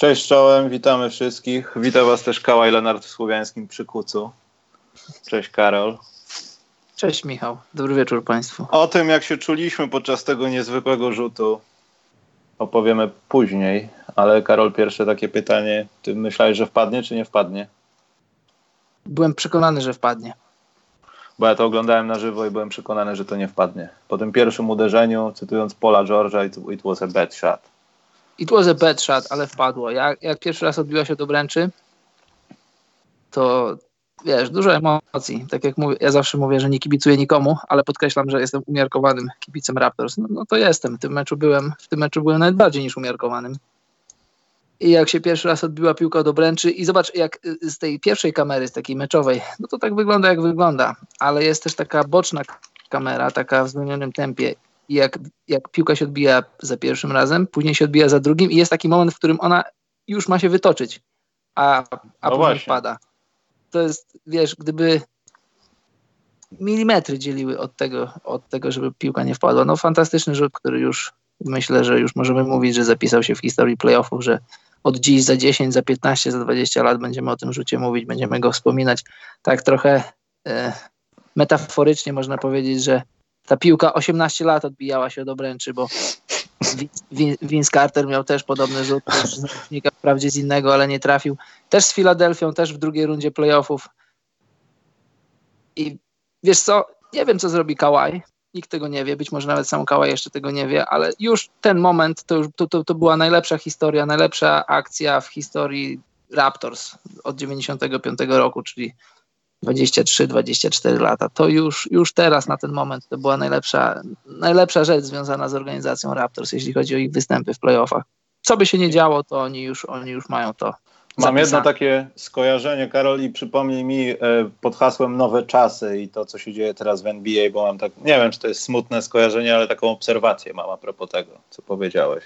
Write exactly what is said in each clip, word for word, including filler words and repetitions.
Cześć czołem, witamy wszystkich. Witam was też Kałaj Lenart w Słowiańskim Przykucu. Cześć Karol. Cześć Michał, dobry wieczór Państwu. O tym, jak się czuliśmy podczas tego niezwykłego rzutu, opowiemy później. Ale Karol, pierwsze takie pytanie. Ty myślałeś, że wpadnie, czy nie wpadnie? Byłem przekonany, że wpadnie. Bo ja to oglądałem na żywo i byłem przekonany, że to nie wpadnie. Po tym pierwszym uderzeniu, cytując Paula George'a, it, it was a bad shot. It was a bad shot, ale wpadło. Jak, jak pierwszy raz odbiła się od obręczy, to wiesz, dużo emocji. Tak jak mówię, ja zawsze mówię, że nie kibicuję nikomu, ale podkreślam, że jestem umiarkowanym kibicem Raptors. No, no to jestem. W tym meczu byłem, w tym meczu byłem nawet bardziej niż umiarkowanym. I jak się pierwszy raz odbiła piłka od obręczy i zobacz, jak z tej pierwszej kamery, z takiej meczowej, no to tak wygląda, jak wygląda. Ale jest też taka boczna kamera, taka w zwolnionym tempie. I jak, jak piłka się odbija za pierwszym razem, później się odbija za drugim i jest taki moment, w którym ona już ma się wytoczyć, a, a No później właśnie. wpada. To jest, wiesz, gdyby milimetry dzieliły od tego, od tego, żeby piłka nie wpadła. No fantastyczny rzut, który już myślę, że już możemy mówić, że zapisał się w historii playoffów, że od dziś za dziesięć, za piętnaście, za dwadzieścia lat będziemy o tym rzucie mówić, będziemy go wspominać. Tak trochę e, metaforycznie można powiedzieć, że ta piłka osiemnaście lat odbijała się od obręczy, bo Vince Carter miał też podobny rzut, też z narożnika, wprawdzie z innego, ale nie trafił. Też z Filadelfią, też w drugiej rundzie playoffów. I wiesz co, nie wiem, co zrobi Kałaj. Nikt tego nie wie, być może nawet sam Kałaj jeszcze tego nie wie, ale już ten moment, to, już, to, to, to była najlepsza historia, najlepsza akcja w historii Raptors od dziewięćdziesiątego piątego roku, czyli dwadzieścia trzy dwadzieścia cztery lata. To już, już teraz na ten moment to była najlepsza, najlepsza rzecz związana z organizacją Raptors, jeśli chodzi o ich występy w playoffach. Co by się nie działo, to oni już, oni już mają to Mam zapisane. jedno takie skojarzenie, Karol, i przypomnij mi e, pod hasłem nowe czasy i to, co się dzieje teraz w N B A, bo mam tak, nie wiem, czy to jest smutne skojarzenie, ale taką obserwację mam a propos tego, co powiedziałeś.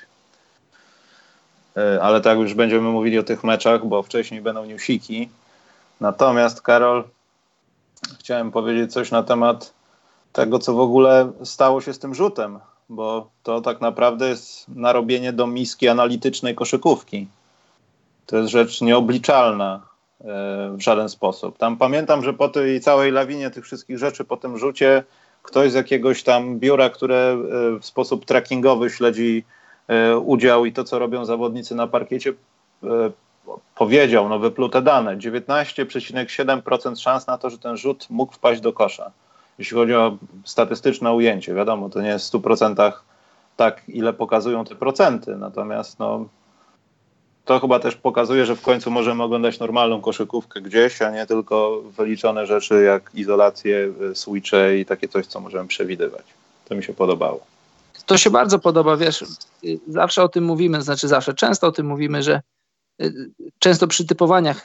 E, ale tak już będziemy mówili o tych meczach, bo wcześniej będą newsiki. Natomiast, Karol, chciałem powiedzieć coś na temat tego, co w ogóle stało się z tym rzutem, bo to tak naprawdę jest narobienie do miski analitycznej koszykówki. To jest rzecz nieobliczalna e, w żaden sposób. Tam pamiętam, że po tej całej lawinie tych wszystkich rzeczy, po tym rzucie, ktoś z jakiegoś tam biura, które e, w sposób trackingowy śledzi e, udział i to, co robią zawodnicy na parkiecie, e, powiedział, no wyplute dane, dziewiętnaście przecinek siedem procent szans na to, że ten rzut mógł wpaść do kosza. Jeśli chodzi o statystyczne ujęcie, wiadomo, to nie jest w stu procentach tak, ile pokazują te procenty, natomiast no to chyba też pokazuje, że w końcu możemy oglądać normalną koszykówkę gdzieś, a nie tylko wyliczone rzeczy jak izolacje, switche i takie coś, co możemy przewidywać. To mi się podobało. To się bardzo podoba, wiesz, zawsze o tym mówimy, znaczy zawsze, często o tym mówimy, że często przy typowaniach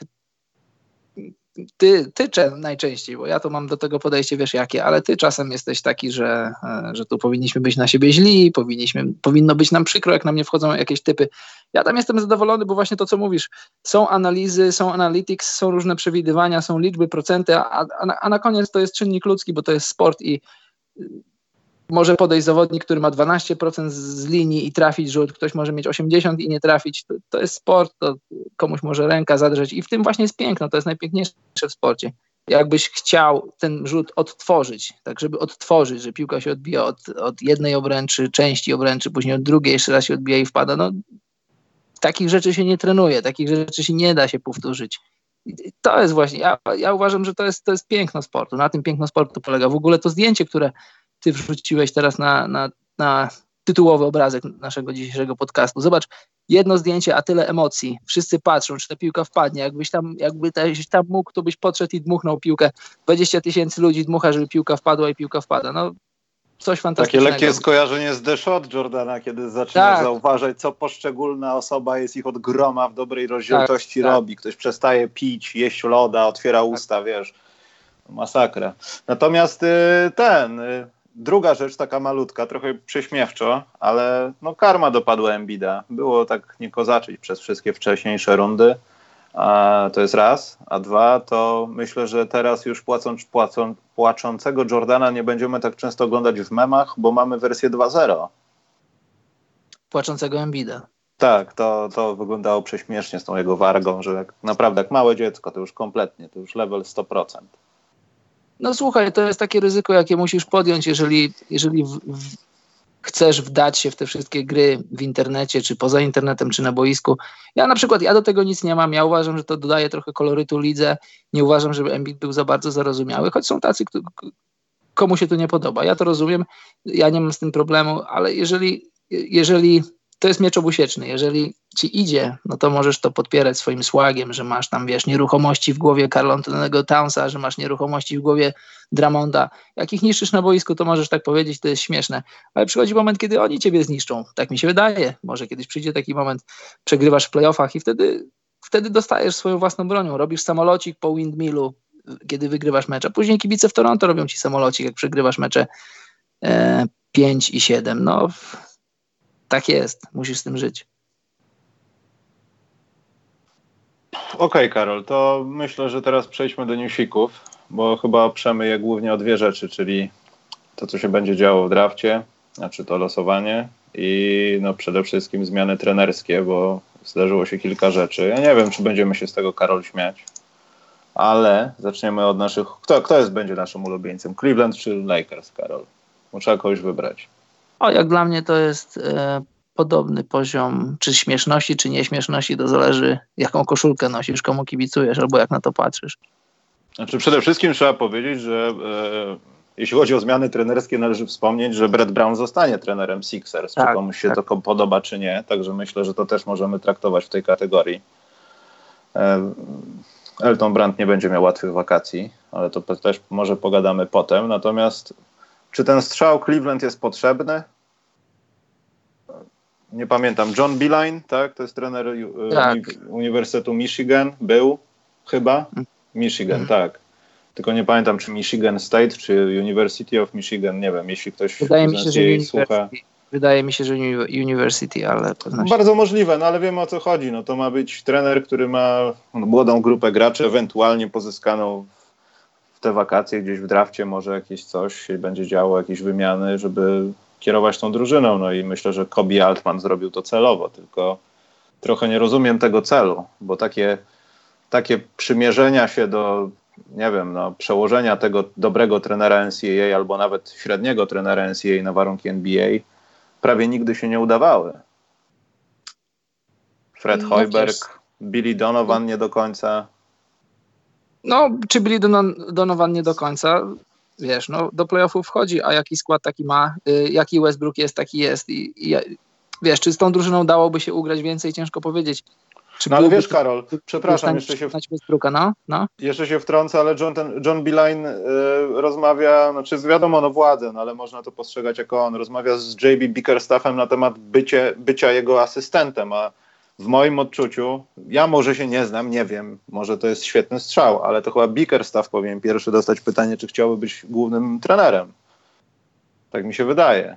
ty, ty najczęściej, bo ja to mam do tego podejście, wiesz jakie, ale ty czasem jesteś taki, że, że tu powinniśmy być na siebie źli, powinniśmy, powinno być nam przykro, jak na mnie wchodzą jakieś typy. Ja tam jestem zadowolony, bo właśnie to, co mówisz, są analizy, są analytics, są różne przewidywania, są liczby, procenty, a, a, na, a na koniec to jest czynnik ludzki, bo to jest sport i może podejść zawodnik, który ma dwanaście procent z linii i trafić rzut, ktoś może mieć osiemdziesiąt procent i nie trafić. To, to jest sport, to komuś może ręka zadrzeć i w tym właśnie jest piękno, to jest najpiękniejsze w sporcie. Jakbyś chciał ten rzut odtworzyć, tak żeby odtworzyć, że piłka się odbija od, od jednej obręczy, części obręczy, później od drugiej, jeszcze raz się odbija i wpada, no takich rzeczy się nie trenuje, takich rzeczy się nie da się powtórzyć. I to jest właśnie, ja, ja uważam, że to jest, to jest piękno sportu, na tym piękno sportu polega. W ogóle to zdjęcie, które ty wrzuciłeś teraz na, na, na tytułowy obrazek naszego dzisiejszego podcastu. Zobacz, jedno zdjęcie, a tyle emocji. Wszyscy patrzą, czy ta piłka wpadnie. Jakbyś tam, jakby tam mógł, to byś podszedł i dmuchnął piłkę. dwadzieścia tysięcy ludzi dmucha, żeby piłka wpadła i piłka wpada. No, coś fantastycznego. Takie lekkie skojarzenie z The Shot Jordana, kiedy zaczynasz tak. zauważać, co poszczególna osoba jest ich od groma w dobrej rozdzielczości tak, robi. Ktoś przestaje pić, jeść loda, otwiera usta, tak. Wiesz. Masakra. Natomiast y, ten... Y, Druga rzecz, taka malutka, trochę prześmiewczo, ale no karma dopadła Embida. Było tak nie kozaczyć przez wszystkie wcześniejsze rundy. A to jest raz. A dwa, to myślę, że teraz już płacąc, płacą, płaczącego Jordana nie będziemy tak często oglądać w memach, bo mamy wersję dwa zero. Płaczącego Embida. Tak, to, to wyglądało prześmiesznie z tą jego wargą, że jak, naprawdę jak małe dziecko, to już kompletnie, to już level sto procent. No słuchaj, to jest takie ryzyko, jakie musisz podjąć, jeżeli, jeżeli w, w, chcesz wdać się w te wszystkie gry w internecie, czy poza internetem, czy na boisku. Ja na przykład, ja do tego nic nie mam, ja uważam, że to dodaje trochę kolorytu lidze, nie uważam, żeby Embiid był za bardzo zarozumiały, choć są tacy, kto, komu się to nie podoba. Ja to rozumiem, ja nie mam z tym problemu, ale jeżeli, jeżeli to jest miecz obusieczny, jeżeli ci idzie, no to możesz to podpierać swoim swagiem, że masz tam, wiesz, nieruchomości w głowie Karl Anthony'ego Townsa, że masz nieruchomości w głowie Drummonda. Jak ich niszczysz na boisku, to możesz tak powiedzieć, to jest śmieszne. Ale przychodzi moment, kiedy oni ciebie zniszczą. Tak mi się wydaje. Może kiedyś przyjdzie taki moment, przegrywasz w playoffach i wtedy, wtedy dostajesz swoją własną bronią. Robisz samolocik po windmillu, kiedy wygrywasz mecze. Później kibice w Toronto robią ci samolocik, jak przegrywasz mecze e, pięć i siedem. No, tak jest. Musisz z tym żyć. Okej, okay, Karol, to myślę, że teraz przejdźmy do newsików, bo chyba oprzemy je głównie o dwie rzeczy, czyli to, co się będzie działo w drafcie, znaczy to losowanie i no przede wszystkim zmiany trenerskie, bo zdarzyło się kilka rzeczy. Ja nie wiem, czy będziemy się z tego, Karol, śmiać, ale zaczniemy od naszych... Kto, kto jest, będzie naszym ulubieńcem? Cleveland czy Lakers, Karol? Trzeba kogoś wybrać. O, jak dla mnie to jest e, podobny poziom, czy śmieszności, czy nieśmieszności, to zależy, jaką koszulkę nosisz, komu kibicujesz, albo jak na to patrzysz. Znaczy przede wszystkim trzeba powiedzieć, że e, jeśli chodzi o zmiany trenerskie, należy wspomnieć, że Brett Brown zostanie trenerem Sixers, tak, czy komuś się tak. to podoba, czy nie, także myślę, że to też możemy traktować w tej kategorii. E, Elton Brand nie będzie miał łatwych wakacji, ale to też może pogadamy potem, natomiast czy ten strzał Cleveland jest potrzebny? Nie pamiętam. John Beilein, tak? To jest trener tak. Uni- Uniwersytetu Michigan. Był chyba? Michigan, mm. tak. Tylko nie pamiętam, czy Michigan State, czy University of Michigan. Nie wiem, jeśli ktoś Wydaje mi się, że jej słucha. Wydaje mi się, że University, ale pewności. Bardzo możliwe, no ale wiemy, o co chodzi. No to ma być trener, który ma młodą grupę graczy, ewentualnie pozyskaną w te wakacje gdzieś w drafcie, może jakieś coś się będzie działo, jakieś wymiany, żeby kierować tą drużyną. No i myślę, że Kobe Altman zrobił to celowo, tylko trochę nie rozumiem tego celu, bo takie, takie przymierzenia się do, nie wiem, no, przełożenia tego dobrego trenera N C A A albo nawet średniego trenera N C A A na warunki N B A prawie nigdy się nie udawały. Fred no Hoiberg, wiesz. Billy Donovan nie do końca. No, czy Billy Don- Donovan nie do końca? Wiesz, no do playoffów wchodzi, a jaki skład taki ma, y, jaki Westbrook jest, taki jest i, i wiesz, czy z tą drużyną dałoby się ugrać więcej, ciężko powiedzieć. Czy no ale wiesz, Karol, przepraszam, jeszcze się, w... no? No? jeszcze się wtrącę, ale John, ten, John Beilein y, rozmawia, znaczy wiadomo, no władzę, no, ale można to postrzegać jako on, rozmawia z J B Bickerstaffem na temat bycie, bycia jego asystentem, a w moim odczuciu, ja może się nie znam, nie wiem, może to jest świetny strzał, ale to chyba Bickerstaff powinien pierwszy dostać pytanie, czy chciałby być głównym trenerem. Tak mi się wydaje.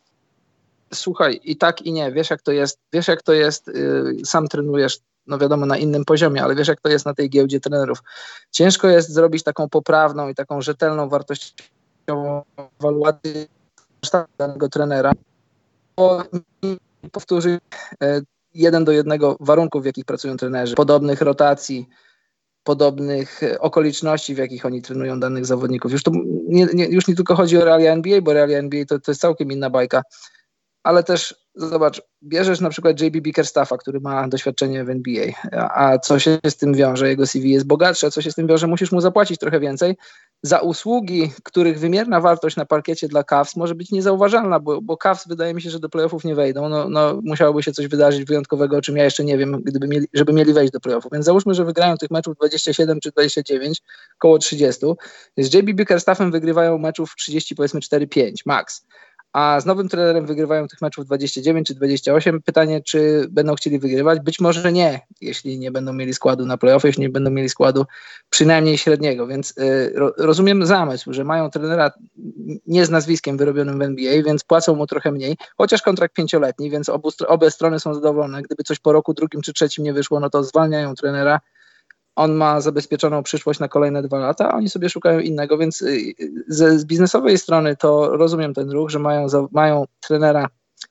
Słuchaj, i tak i nie, wiesz jak to jest, wiesz jak to jest, yy, sam trenujesz, no wiadomo, na innym poziomie, ale wiesz jak to jest na tej giełdzie trenerów. Ciężko jest zrobić taką poprawną i taką rzetelną wartościową ewaluację danego trenera, bo powtórzy yy, jeden do jednego warunków, w jakich pracują trenerzy, podobnych rotacji, podobnych okoliczności, w jakich oni trenują danych zawodników. Już, to nie, nie, już nie tylko chodzi o realia N B A, bo realia N B A to, to jest całkiem inna bajka, ale też zobacz, bierzesz na przykład J B Bickerstaffa, który ma doświadczenie w N B A, a co się z tym wiąże? Jego C V jest bogatsze, a co się z tym wiąże? Musisz mu zapłacić trochę więcej za usługi, których wymierna wartość na parkiecie dla Cavs może być niezauważalna, bo, bo Cavs wydaje mi się, że do playoffów nie wejdą. No, no, musiałoby się coś wydarzyć wyjątkowego, o czym ja jeszcze nie wiem, gdyby mieli, żeby mieli wejść do playoffów. Więc załóżmy, że wygrają tych meczów dwadzieścia siedem czy dwadzieścia dziewięć, koło trzydzieści. Z J B Bickerstaffem wygrywają meczów trzydzieści, powiedzmy cztery pięć max. A z nowym trenerem wygrywają tych meczów dwadzieścia dziewięć czy dwadzieścia osiem. Pytanie, czy będą chcieli wygrywać? Być może nie, jeśli nie będą mieli składu na playoffy, jeśli nie będą mieli składu przynajmniej średniego. Więc y, ro, rozumiem zamysł, że mają trenera nie z nazwiskiem wyrobionym w N B A, więc płacą mu trochę mniej, chociaż kontrakt pięcioletni, więc obu, obie strony są zadowolone. Gdyby coś po roku drugim czy trzecim nie wyszło, no to zwalniają trenera. On ma zabezpieczoną przyszłość na kolejne dwa lata, a oni sobie szukają innego, więc z, z biznesowej strony to rozumiem ten ruch, że mają, mają trenera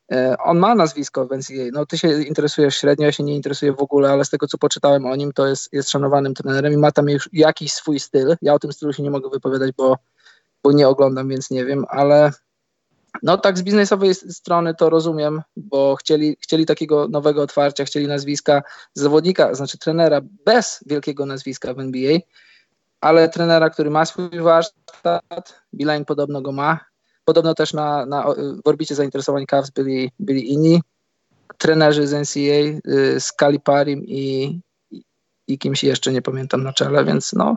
On ma nazwisko w N C A A. No ty się interesujesz średnio, ja się nie interesuję w ogóle, ale z tego, co poczytałem o nim, to jest, jest szanowanym trenerem i ma tam już jakiś swój styl. Ja o tym stylu się nie mogę wypowiadać, bo, bo nie oglądam, więc nie wiem, ale no tak z biznesowej strony to rozumiem, bo chcieli, chcieli takiego nowego otwarcia, chcieli nazwiska zawodnika, znaczy trenera bez wielkiego nazwiska w N B A, ale trenera, który ma swój warsztat, Beeline podobno go ma. Podobno też na, na, w orbicie zainteresowań Cavs byli, byli inni trenerzy z N C A A, y, z Caliparim i, i, i kimś jeszcze, nie pamiętam, na czele, więc no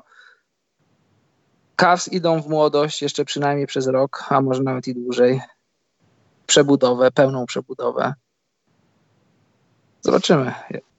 Cavs idą w młodość jeszcze przynajmniej przez rok, a może nawet i dłużej. Przebudowę, pełną przebudowę. Zobaczymy.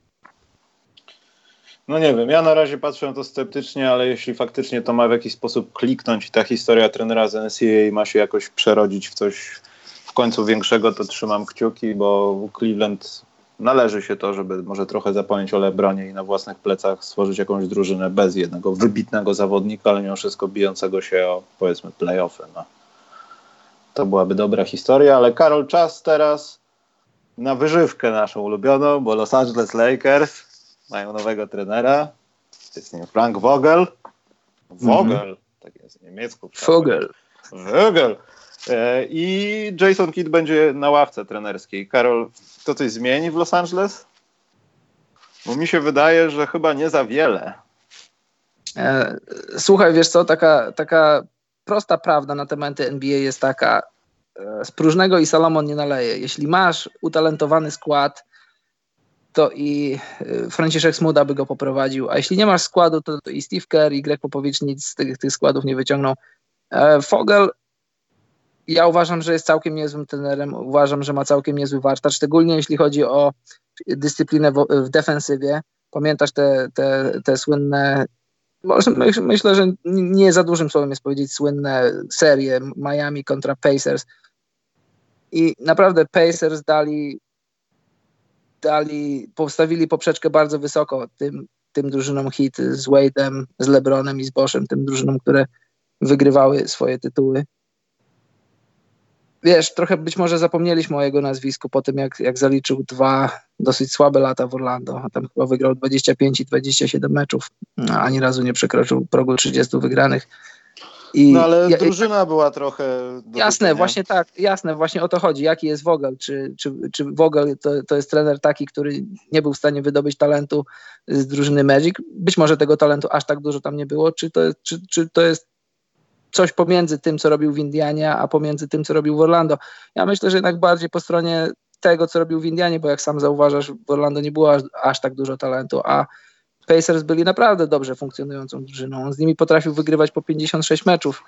No nie wiem, ja na razie patrzę na to sceptycznie, ale jeśli faktycznie to ma w jakiś sposób kliknąć i ta historia trenera z N C A A ma się jakoś przerodzić w coś w końcu większego, to trzymam kciuki, bo Cleveland należy się to, żeby może trochę zapomnieć o LeBronie i na własnych plecach stworzyć jakąś drużynę bez jednego wybitnego zawodnika, ale mimo wszystko bijącego się o, powiedzmy, play-offy. No. To byłaby dobra historia, ale Karol, czas teraz na wyżywkę naszą ulubioną, bo Los Angeles Lakers mają nowego trenera, jest nim Frank Vogel. Vogel, mm-hmm. tak jest w niemiecku. Vogel. Vogel. E, I Jason Kidd będzie na ławce trenerskiej. Karol, to coś zmieni w Los Angeles? Bo mi się wydaje, że chyba nie za wiele. E, słuchaj, wiesz co, taka, taka prosta prawda na tematy N B A jest taka, e, z próżnego i Salomon nie naleje. Jeśli masz utalentowany skład, to i Franciszek Smuda by go poprowadził, a jeśli nie masz składu, to, to i Steve Kerr, i Greg Popovich nic z tych, tych składów nie wyciągną. E, Vogel, ja uważam, że jest całkiem niezłym trenerem, uważam, że ma całkiem niezły warsztat, szczególnie jeśli chodzi o dyscyplinę w, w defensywie. Pamiętasz te, te, te słynne, myśl, myślę, że nie za dużym słowem jest powiedzieć słynne serie Miami kontra Pacers i naprawdę Pacers dali dali, postawili poprzeczkę bardzo wysoko tym, tym drużynom Heat z Wade'em, z LeBronem i z Boszem, tym drużynom, które wygrywały swoje tytuły. Wiesz, trochę być może zapomnieliśmy o jego nazwisku po tym, jak, jak zaliczył dwa dosyć słabe lata w Orlando. Tam chyba wygrał dwadzieścia pięć i dwadzieścia siedem meczów, a ani razu nie przekroczył progu trzydziestu wygranych. I no ale ja, drużyna ja, była trochę... Jasne, typu, właśnie tak, jasne, właśnie o to chodzi. Jaki jest Vogel? Czy, czy, czy Vogel to, to jest trener taki, który nie był w stanie wydobyć talentu z drużyny Magic? Być może tego talentu aż tak dużo tam nie było. Czy to, czy, czy to jest coś pomiędzy tym, co robił w Indianie, a pomiędzy tym, co robił w Orlando? Ja myślę, że jednak bardziej po stronie tego, co robił w Indianie, bo jak sam zauważasz, w Orlando nie było aż, aż tak dużo talentu, a Pacers byli naprawdę dobrze funkcjonującą drużyną. On z nimi potrafił wygrywać po pięćdziesiąt sześć meczów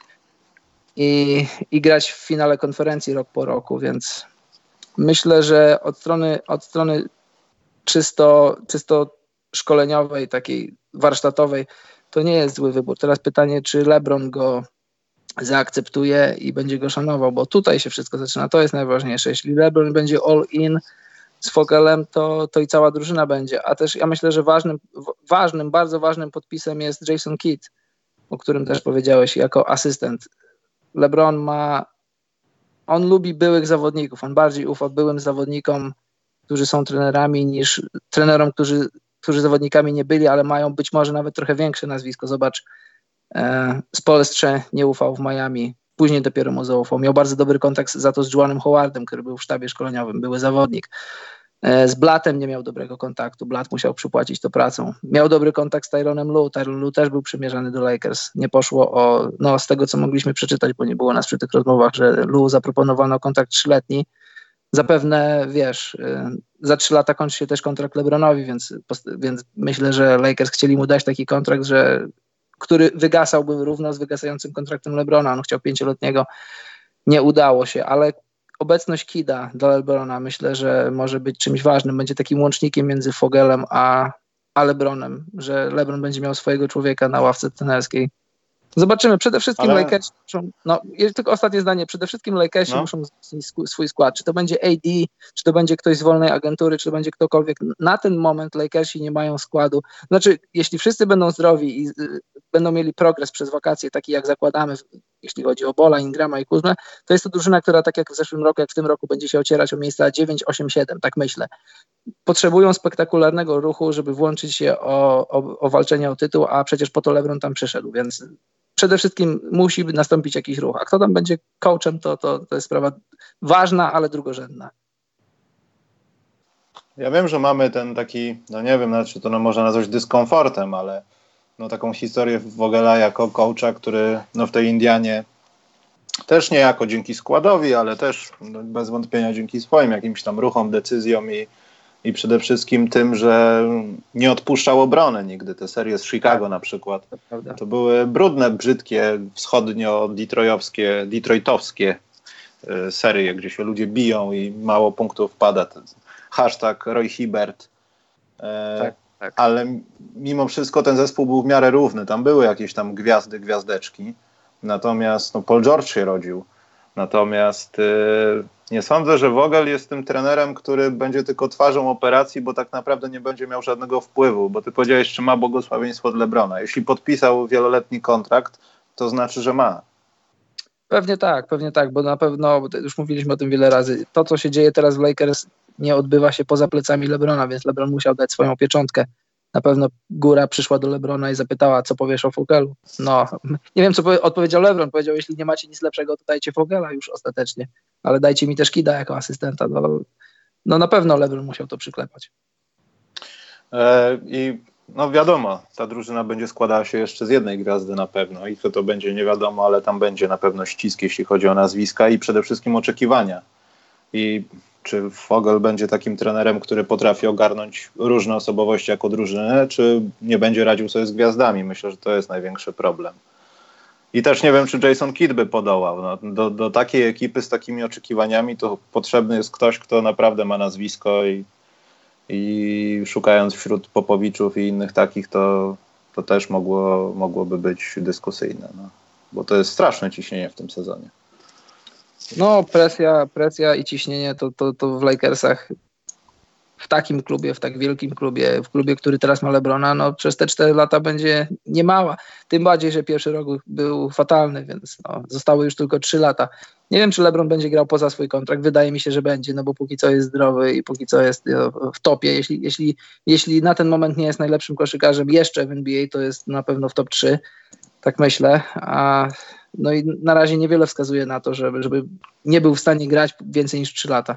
i, i grać w finale konferencji rok po roku, więc myślę, że od strony, od strony czysto, czysto szkoleniowej, takiej warsztatowej, to nie jest zły wybór. Teraz pytanie, czy LeBron go zaakceptuje i będzie go szanował, bo tutaj się wszystko zaczyna. To jest najważniejsze. Jeśli LeBron będzie all in z Vogelem, to, to i cała drużyna będzie. A też ja myślę, że ważnym, ważnym, bardzo ważnym podpisem jest Jason Kidd, o którym też powiedziałeś jako asystent. LeBron ma, on lubi byłych zawodników, on bardziej ufa byłym zawodnikom, którzy są trenerami, niż trenerom, którzy, którzy zawodnikami nie byli, ale mają być może nawet trochę większe nazwisko. Zobacz, e, Spoelstra nie ufał w Miami, później dopiero mu zaufał. Miał bardzo dobry kontakt za to z Juanem Howardem, który był w sztabie szkoleniowym, były zawodnik. Z Blattem nie miał dobrego kontaktu. Blatt musiał przypłacić to pracą. Miał dobry kontakt z Tyronem Lue. Tyron Lue też był przymierzany do Lakers. Nie poszło o, no z tego co mogliśmy przeczytać, bo nie było nas przy tych rozmowach, że Lue zaproponowano kontrakt trzyletni. Zapewne, wiesz, za trzy lata kończy się też kontrakt LeBronowi, więc, więc myślę, że Lakers chcieli mu dać taki kontrakt, że który wygasałby równo z wygasającym kontraktem LeBrona. On chciał pięcioletniego. Nie udało się, ale obecność Kidda dla LeBrona myślę, że może być czymś ważnym. Będzie takim łącznikiem między Vogelem a, a LeBronem, że LeBron będzie miał swojego człowieka na ławce trenerskiej. Zobaczymy. Przede wszystkim Ale... Lakersi muszą, no tylko ostatnie zdanie, przede wszystkim Lakersi no. muszą wzmocnić swój skład. Czy to będzie A D, czy to będzie ktoś z wolnej agentury, czy to będzie ktokolwiek. Na ten moment Lakersi nie mają składu. Znaczy, jeśli wszyscy będą zdrowi i y, będą mieli progres przez wakacje, taki jak zakładamy, jeśli chodzi o Bola, Ingrama i Kuzmę, to jest to drużyna, która tak jak w zeszłym roku, jak w tym roku będzie się ocierać o miejsca dziewięć, osiem, siedem, tak myślę. Potrzebują spektakularnego ruchu, żeby włączyć się o, o, o walczenie o tytuł, a przecież po to LeBron tam przyszedł, więc przede wszystkim musi nastąpić jakiś ruch. A kto tam będzie coachem, to, to, to jest sprawa ważna, ale drugorzędna. Ja wiem, że mamy ten taki, no nie wiem, czy to no można nazwać dyskomfortem, ale no taką historię Vogela jako coacha, który no w tej Indianie też niejako dzięki składowi, ale też no bez wątpienia dzięki swoim jakimś tam ruchom, decyzjom i, i przede wszystkim tym, że nie odpuszczał obrony nigdy. Te serie z Chicago na przykład, to, to były brudne, brzydkie, wschodnio-detroitowskie, detroitowskie y, serie, gdzie się ludzie biją i mało punktów pada. Ten hashtag Roy Hibbert. E, tak, tak. Ale mimo wszystko ten zespół był w miarę równy. Tam były jakieś tam gwiazdy, gwiazdeczki. Natomiast no, Paul George się rodził. Natomiast yy, nie sądzę, że Vogel jest tym trenerem, który będzie tylko twarzą operacji, bo tak naprawdę nie będzie miał żadnego wpływu. Bo ty powiedziałeś, czy ma błogosławieństwo od LeBrona. Jeśli podpisał wieloletni kontrakt, to znaczy, że ma. Pewnie tak, pewnie tak, bo na pewno, już mówiliśmy o tym wiele razy, to co się dzieje teraz w Lakers nie odbywa się poza plecami LeBrona, więc LeBron musiał dać swoją pieczątkę. Na pewno góra przyszła do LeBrona i zapytała, co powiesz o Vogelu. No, nie wiem, co powie- odpowiedział LeBron. Powiedział, jeśli nie macie nic lepszego, to dajcie Vogela już ostatecznie, ale dajcie mi też Kida jako asystenta. No, no na pewno LeBron musiał to przyklepać. E, I no wiadomo, ta drużyna będzie składała się jeszcze z jednej gwiazdy na pewno i kto to będzie nie wiadomo, ale tam będzie na pewno ścisk, jeśli chodzi o nazwiska i przede wszystkim oczekiwania. I czy Vogel będzie takim trenerem, który potrafi ogarnąć różne osobowości jako drużynę, czy nie będzie radził sobie z gwiazdami? Myślę, że to jest największy problem. I też nie wiem, czy Jason Kidd by podołał. No, do, do takiej ekipy z takimi oczekiwaniami to potrzebny jest ktoś, kto naprawdę ma nazwisko i, i szukając wśród Popowiczów i innych takich, to, to też mogło, mogłoby być dyskusyjne. No. Bo to jest straszne ciśnienie w tym sezonie. No presja, presja i ciśnienie to, to, to w Lakersach, w takim klubie, w tak wielkim klubie, w klubie, który teraz ma LeBrona, no przez te cztery lata będzie niemała. Tym bardziej, że pierwszy rok był fatalny, więc no, zostały już tylko trzy lata. Nie wiem, czy LeBron będzie grał poza swój kontrakt. Wydaje mi się, że będzie, no bo póki co jest zdrowy i póki co jest w topie. Jeśli, jeśli, jeśli na ten moment nie jest najlepszym koszykarzem jeszcze w N B A, to jest na pewno w top trzy. Tak myślę. A no i na razie niewiele wskazuje na to, żeby, żeby nie był w stanie grać więcej niż trzy lata.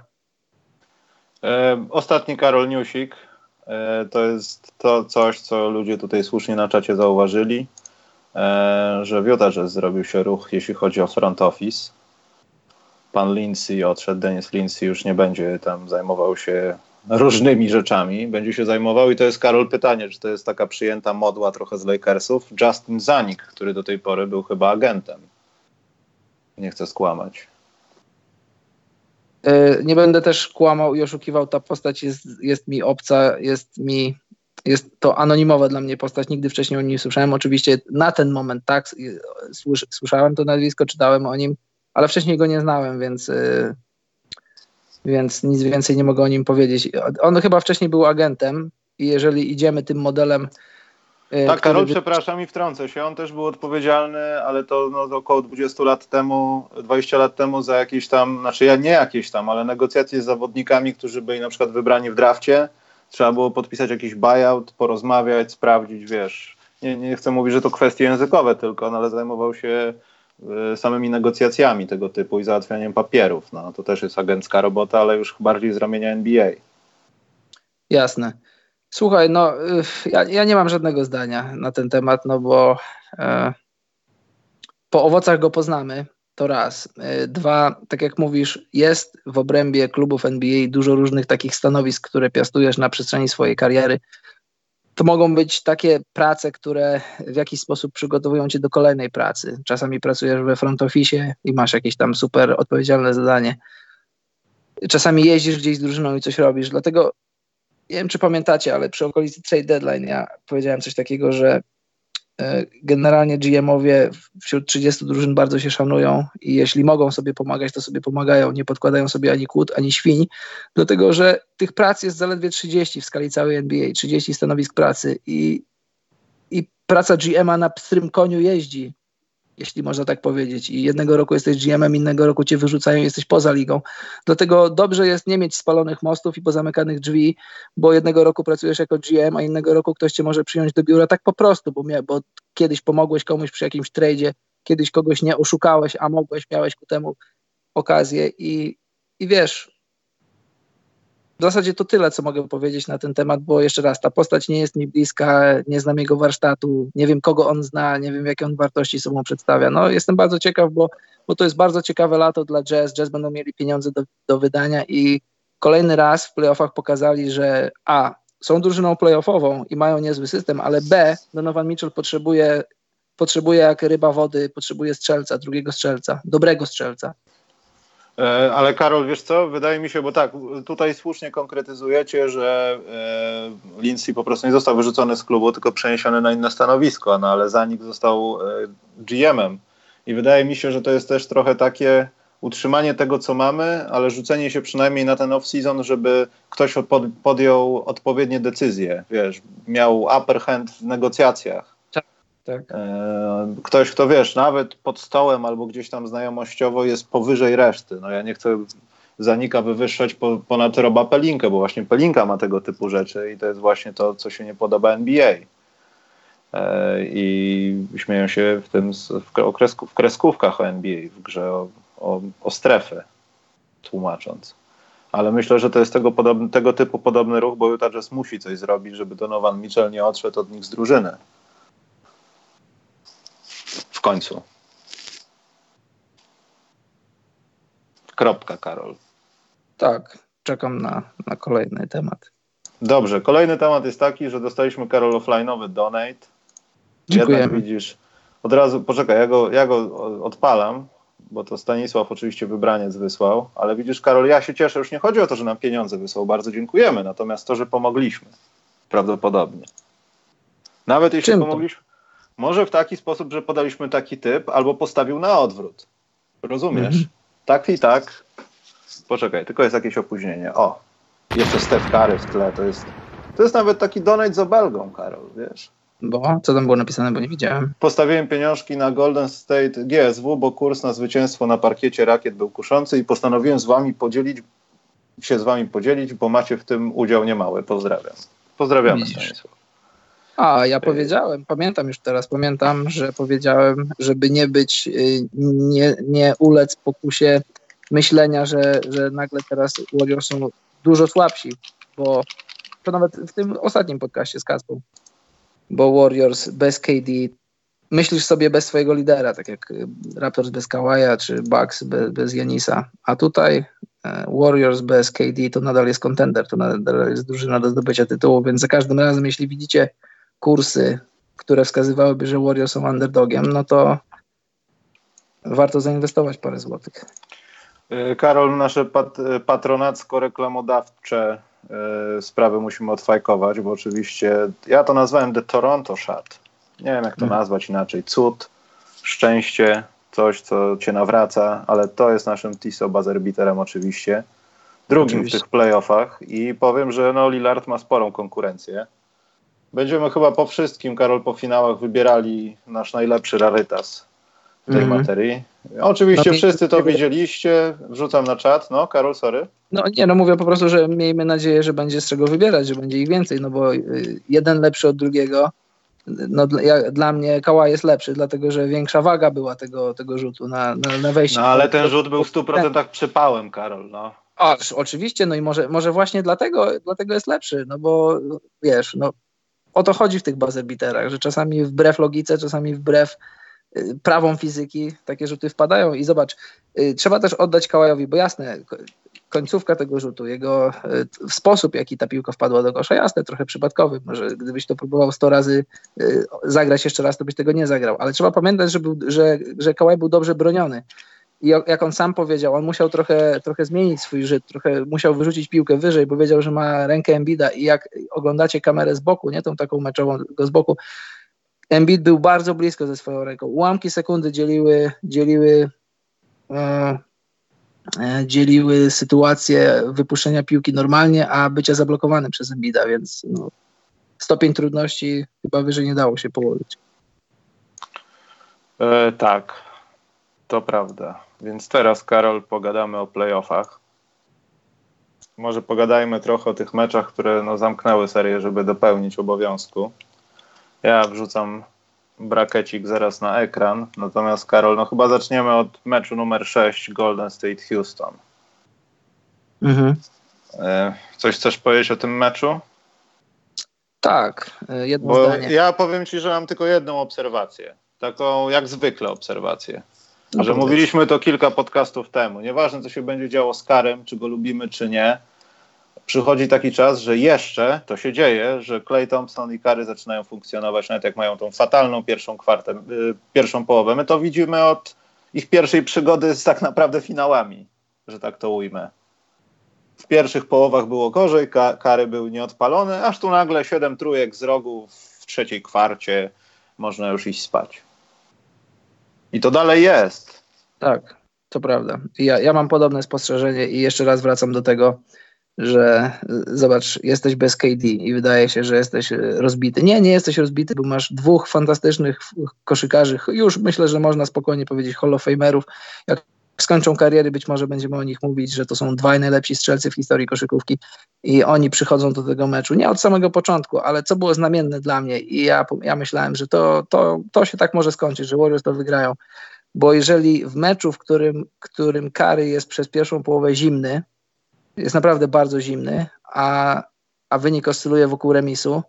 E, ostatni Karol Newsik. E, to jest to coś, co ludzie tutaj słusznie na czacie zauważyli, e, że w Utah Jazz zrobił się ruch, jeśli chodzi o front office. Pan Lindsay odszedł, Dennis Lindsay już nie będzie tam zajmował się różnymi rzeczami, będzie się zajmował i to jest, Karol, pytanie, czy to jest taka przyjęta modła trochę z Lakersów. Justin Zanik, który do tej pory był chyba agentem. Nie chcę skłamać. Nie będę też kłamał i oszukiwał, ta postać jest, jest mi obca, jest mi, jest to anonimowa dla mnie postać, nigdy wcześniej o nim nie słyszałem. Oczywiście na ten moment tak, słyszałem to nazwisko, czytałem o nim, ale wcześniej go nie znałem, więc, więc nic więcej nie mogę o nim powiedzieć. On chyba wcześniej był agentem i jeżeli idziemy tym modelem... Tak, Karol, który... przepraszam i wtrącę się. On też był odpowiedzialny, ale to no, około dwadzieścia lat temu, dwadzieścia lat temu za jakieś tam, znaczy ja nie jakieś tam, ale negocjacje z zawodnikami, którzy byli na przykład wybrani w drafcie. Trzeba było podpisać jakiś buyout, porozmawiać, sprawdzić, wiesz. Nie, nie chcę mówić, że to kwestie językowe tylko, no, ale zajmował się y, samymi negocjacjami tego typu i załatwianiem papierów. No, to też jest agencka robota, ale już bardziej z ramienia N B A. Jasne. Słuchaj, no ja, ja nie mam żadnego zdania na ten temat, no bo e, po owocach go poznamy, to raz. E, dwa, tak jak mówisz, jest w obrębie klubów N B A dużo różnych takich stanowisk, które piastujesz na przestrzeni swojej kariery. To mogą być takie prace, które w jakiś sposób przygotowują cię do kolejnej pracy. Czasami pracujesz we front office i masz jakieś tam super odpowiedzialne zadanie. Czasami jeździsz gdzieś z drużyną i coś robisz, dlatego nie wiem, czy pamiętacie, ale przy okolicy trade deadline ja powiedziałem coś takiego, że generalnie G M-owie wśród trzydziestu drużyn bardzo się szanują i jeśli mogą sobie pomagać, to sobie pomagają, nie podkładają sobie ani kłód, ani świń, dlatego że tych prac jest zaledwie trzydzieści w skali całej N B A, trzydzieści stanowisk pracy i, i praca G M-a na pstrym koniu jeździ, jeśli można tak powiedzieć. I jednego roku jesteś G M-em, innego roku cię wyrzucają i jesteś poza ligą. Dlatego dobrze jest nie mieć spalonych mostów i pozamykanych drzwi, bo jednego roku pracujesz jako G M, a innego roku ktoś cię może przyjąć do biura tak po prostu, bo, mia- bo kiedyś pomogłeś komuś przy jakimś tradzie, kiedyś kogoś nie oszukałeś, a mogłeś, miałeś ku temu okazję i, i wiesz... W zasadzie to tyle, co mogę powiedzieć na ten temat, bo jeszcze raz, ta postać nie jest mi bliska, nie znam jego warsztatu, nie wiem, kogo on zna, nie wiem, jakie on wartości sobą przedstawia. No, jestem bardzo ciekaw, bo, bo to jest bardzo ciekawe lato dla Jazz. Jazz będą mieli pieniądze do, do wydania i kolejny raz w playoffach pokazali, że a, są drużyną playoffową i mają niezły system, ale b, Donovan Mitchell potrzebuje, potrzebuje jak ryba wody, potrzebuje strzelca, drugiego strzelca, dobrego strzelca. Ale Karol, wiesz co, wydaje mi się, bo tak, tutaj słusznie konkretyzujecie, że e, Lindsay po prostu nie został wyrzucony z klubu, tylko przeniesiony na inne stanowisko, no ale Zanik został e, G M-em i wydaje mi się, że to jest też trochę takie utrzymanie tego, co mamy, ale rzucenie się przynajmniej na ten off-season, żeby ktoś pod, podjął odpowiednie decyzje, wiesz, miał upper hand w negocjacjach. Tak. Ktoś, kto wiesz, nawet pod stołem albo gdzieś tam znajomościowo jest powyżej reszty. No ja nie chcę Zanika wywyższać po, ponad Roba Pelinkę, bo właśnie Pelinka ma tego typu rzeczy i to jest właśnie to, co się nie podoba N B A. I śmieją się w tym w, okresku, w kreskówkach o N B A, w grze o, o, o strefę, tłumacząc. Ale myślę, że to jest tego, podobny, tego typu podobny ruch, bo Utah Jazz musi coś zrobić, żeby Donovan Mitchell nie odszedł od nich z drużyny. W końcu. Kropka, Karol. Tak, czekam na, na kolejny temat. Dobrze, kolejny temat jest taki, że dostaliśmy, Karol, offline'owy donate. Dziękujemy. Jednak widzisz, od razu, poczekaj, ja go, ja go odpalam, bo to Stanisław oczywiście wybraniec wysłał, ale widzisz, Karol, ja się cieszę, już nie chodzi o to, że nam pieniądze wysłał, bardzo dziękujemy, natomiast to, że pomogliśmy, prawdopodobnie. Nawet jeśli Czym pomogliśmy, to? Może w taki sposób, że podaliśmy taki typ, albo postawił na odwrót. Rozumiesz? Mhm. Tak i tak. Poczekaj, tylko jest jakieś opóźnienie. O, jeszcze Steph Curry w tle, to jest, to jest nawet taki donate z obelgą, Karol, wiesz? Bo co tam było napisane, bo nie widziałem. Postawiłem pieniążki na Golden State G S W, bo kurs na zwycięstwo na parkiecie rakiet był kuszący i postanowiłem z wami podzielić, się z wami podzielić, bo macie w tym udział niemały. Pozdrawiam. Pozdrawiamy, Stanisław. A, ja powiedziałem, pamiętam już teraz, pamiętam, że powiedziałem, żeby nie być, nie, nie ulec pokusie myślenia, że, że nagle teraz Warriors są dużo słabsi, bo to nawet w tym ostatnim podcaście z Kaspą, bo Warriors bez K D, myślisz sobie bez swojego lidera, tak jak Raptors bez Kawaja, czy Bucks bez, bez Giannisa, a tutaj Warriors bez K D to nadal jest contender, to nadal jest drużyna do zdobycia tytułu, więc za każdym razem, jeśli widzicie kursy, które wskazywałyby, że Warriors są underdogiem, no to warto zainwestować parę złotych. Karol, nasze pat- patronacko-reklamodawcze yy, sprawy musimy odfajkować, bo oczywiście ja to nazwałem The Toronto Shot. Nie wiem, jak to hmm. nazwać inaczej. Cud, szczęście, coś, co cię nawraca, ale to jest naszym Tiso buzzer-beaterem oczywiście. Drugim oczywiście w tych playoffach i powiem, że no, Lillard ma sporą konkurencję. Będziemy chyba po wszystkim, Karol, po finałach wybierali nasz najlepszy rarytas w tej mm. materii. Oczywiście no, wszyscy to widzieliście. Wrzucam na czat. No, Karol, sorry. No nie, no mówię po prostu, że miejmy nadzieję, że będzie z czego wybierać, że będzie ich więcej, no bo jeden lepszy od drugiego. No dla, ja, dla mnie Kawhi jest lepszy, dlatego że większa waga była tego, tego rzutu na, na, na wejście. No ale ten rzut był w stu procentach przypałem, Karol, no. O, oczywiście, no i może, może właśnie dlatego, dlatego jest lepszy, no bo wiesz, no o to chodzi w tych buzzer-beaterach, że czasami wbrew logice, czasami wbrew y, prawom fizyki takie rzuty wpadają i zobacz, y, trzeba też oddać Kawajowi, bo jasne, końcówka tego rzutu, jego y, sposób, jaki ta piłka wpadła do kosza, jasne, trochę przypadkowy, może gdybyś to próbował sto razy y, zagrać jeszcze raz, to byś tego nie zagrał, ale trzeba pamiętać, że, był, że, że Kawhi był dobrze broniony. I jak on sam powiedział, on musiał trochę, trochę zmienić swój rzut, trochę musiał wyrzucić piłkę wyżej, bo wiedział, że ma rękę Embida i jak oglądacie kamerę z boku, nie tą taką meczową, tylko z boku, Embiid był bardzo blisko ze swoją ręką. Ułamki sekundy dzieliły, dzieliły, e, e, dzieliły sytuację wypuszczenia piłki normalnie, a bycia zablokowanym przez Embida, więc no, stopień trudności chyba wyżej nie dało się położyć. E, tak, to prawda. Więc teraz, Karol, pogadamy o playoffach. Może pogadajmy trochę o tych meczach, które no, zamknęły serię, żeby dopełnić obowiązku. Ja wrzucam brakecik zaraz na ekran. Natomiast, Karol, no chyba zaczniemy od meczu numer sześć Golden State Houston. Mhm. E, coś chcesz powiedzieć o tym meczu? Tak, jedno Bo zdanie. Ja powiem ci, że mam tylko jedną obserwację. Taką jak zwykle obserwację. No że powiedz. mówiliśmy to kilka podcastów temu. Nieważne, co się będzie działo z Karem, czy go lubimy, czy nie. Przychodzi taki czas, że jeszcze to się dzieje, że Klay Thompson i Curry zaczynają funkcjonować, nawet jak mają tą fatalną pierwszą kwartę, yy, pierwszą połowę. My to widzimy od ich pierwszej przygody z tak naprawdę finałami, że tak to ujmę. W pierwszych połowach było gorzej, Curry był nieodpalony, aż tu nagle siedem trójek z rogu w trzeciej kwarcie, można już iść spać. I to dalej jest. Tak, to prawda. Ja, ja mam podobne spostrzeżenie i jeszcze raz wracam do tego, że zobacz, jesteś bez K D i wydaje się, że jesteś rozbity. Nie, nie jesteś rozbity, bo masz dwóch fantastycznych koszykarzy. Już myślę, że można spokojnie powiedzieć Hall of Famerów. Jak skończą kariery, być może będziemy o nich mówić, że to są dwaj najlepsi strzelcy w historii koszykówki i oni przychodzą do tego meczu. Nie od samego początku, ale co było znamienne dla mnie i ja, ja myślałem, że to, to, to się tak może skończyć, że Warriors to wygrają. Bo jeżeli w meczu, w którym, którym Curry jest przez pierwszą połowę zimny, jest naprawdę bardzo zimny, a, a wynik oscyluje wokół remisu,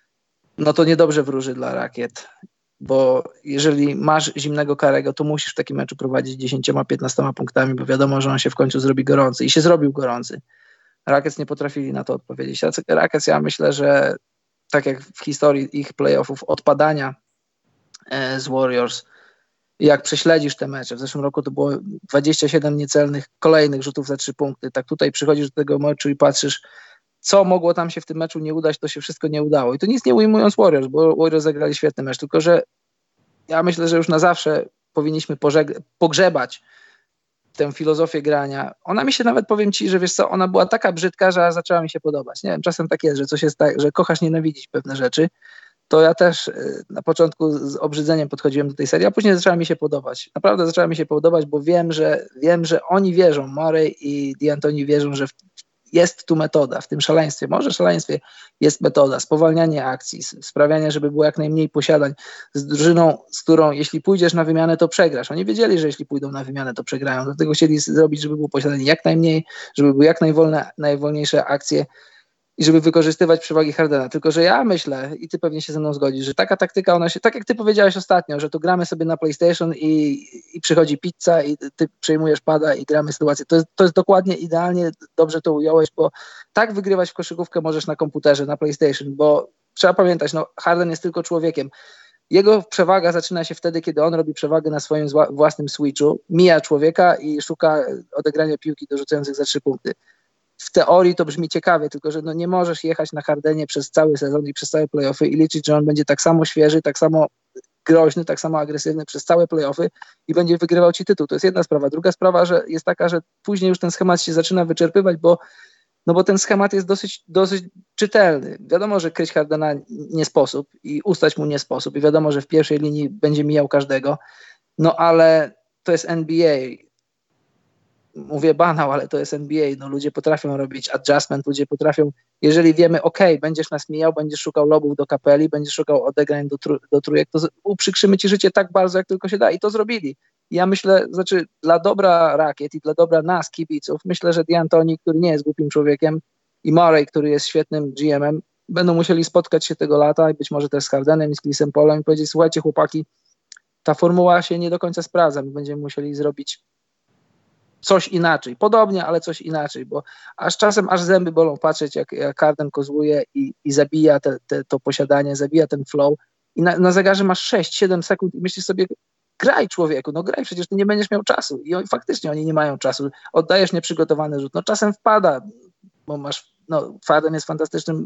no to niedobrze wróży dla Rakiet. Bo jeżeli masz zimnego Curry'ego, to musisz w takim meczu prowadzić dziesięcioma piętnastoma punktami, bo wiadomo, że on się w końcu zrobi gorący. I się zrobił gorący. Rockets nie potrafili na to odpowiedzieć. Rockets, ja myślę, że tak jak w historii ich playoffów odpadania e, z Warriors, jak prześledzisz te mecze, w zeszłym roku to było dwadzieścia siedem niecelnych kolejnych rzutów za trzy punkty, tak tutaj przychodzisz do tego meczu i patrzysz, co mogło tam się w tym meczu nie udać, to się wszystko nie udało. I to nic nie ujmując Warriors, bo Warriors zagrali świetny mecz, tylko że ja myślę, że już na zawsze powinniśmy pożeg- pogrzebać tę filozofię grania. Ona mi się nawet, powiem ci, że wiesz co, ona była taka brzydka, że zaczęła mi się podobać. Nie wiem, czasem tak jest, że coś jest tak, że kochasz nienawidzić pewne rzeczy. To ja też na początku z obrzydzeniem podchodziłem do tej serii, a później zaczęła mi się podobać. Naprawdę zaczęła mi się podobać, bo wiem, że wiem, że oni wierzą, Murray i D'Antoni wierzą, że jest tu metoda w tym szaleństwie. Może szaleństwie jest metoda, spowalnianie akcji, sprawianie, żeby było jak najmniej posiadań z drużyną, z którą jeśli pójdziesz na wymianę, to przegrasz. Oni wiedzieli, że jeśli pójdą na wymianę, to przegrają. Dlatego chcieli zrobić, żeby było posiadań jak najmniej, żeby były jak najwolne, najwolniejsze akcje i żeby wykorzystywać przewagi Hardena. Tylko że ja myślę, i ty pewnie się ze mną zgodzisz, że taka taktyka, ona się, tak jak ty powiedziałeś ostatnio, że tu gramy sobie na PlayStation i, i przychodzi pizza i ty przejmujesz pada i gramy sytuację. To jest, to jest dokładnie, idealnie dobrze to ująłeś, bo tak wygrywać w koszykówkę możesz na komputerze, na PlayStation, bo trzeba pamiętać, no Harden jest tylko człowiekiem. Jego przewaga zaczyna się wtedy, kiedy on robi przewagę na swoim własnym switchu, mija człowieka i szuka odegrania piłki dorzucających za trzy punkty. W teorii to brzmi ciekawie, tylko że no nie możesz jechać na Hardenie przez cały sezon i przez całe playoffy i liczyć, że on będzie tak samo świeży, tak samo groźny, tak samo agresywny przez całe playoffy i będzie wygrywał ci tytuł. To jest jedna sprawa. Druga sprawa, że jest taka, że później już ten schemat się zaczyna wyczerpywać, bo, no bo ten schemat jest dosyć, dosyć czytelny. Wiadomo, że kryć Hardena nie sposób i ustać mu nie sposób i wiadomo, że w pierwszej linii będzie mijał każdego, no ale to jest N B A. Mówię banał, ale to jest N B A, no ludzie potrafią robić adjustment, ludzie potrafią, jeżeli wiemy, ok, będziesz nas mijał, będziesz szukał lobów do kapeli, będziesz szukał odegrań do, tru, do trójek, to uprzykrzymy ci życie tak bardzo, jak tylko się da i to zrobili. I ja myślę, znaczy dla dobra Rakiet i dla dobra nas, kibiców, myślę, że D'Antoni, który nie jest głupim człowiekiem i Murray, który jest świetnym G M-em, będą musieli spotkać się tego lata i być może też z Hardenem i z Chrisem Paulem i powiedzieć, słuchajcie chłopaki, ta formuła się nie do końca sprawdza, my będziemy musieli zrobić coś inaczej, podobnie, ale coś inaczej, bo aż czasem aż zęby bolą patrzeć, jak, jak Harden kozłuje i, i zabija te, te, to posiadanie, zabija ten flow i na, na zegarze masz sześć siedem sekund i myślisz sobie, graj człowieku, no graj, przecież ty nie będziesz miał czasu i on, faktycznie oni nie mają czasu, oddajesz nieprzygotowany rzut, no czasem wpada, bo masz, no Harden jest fantastycznym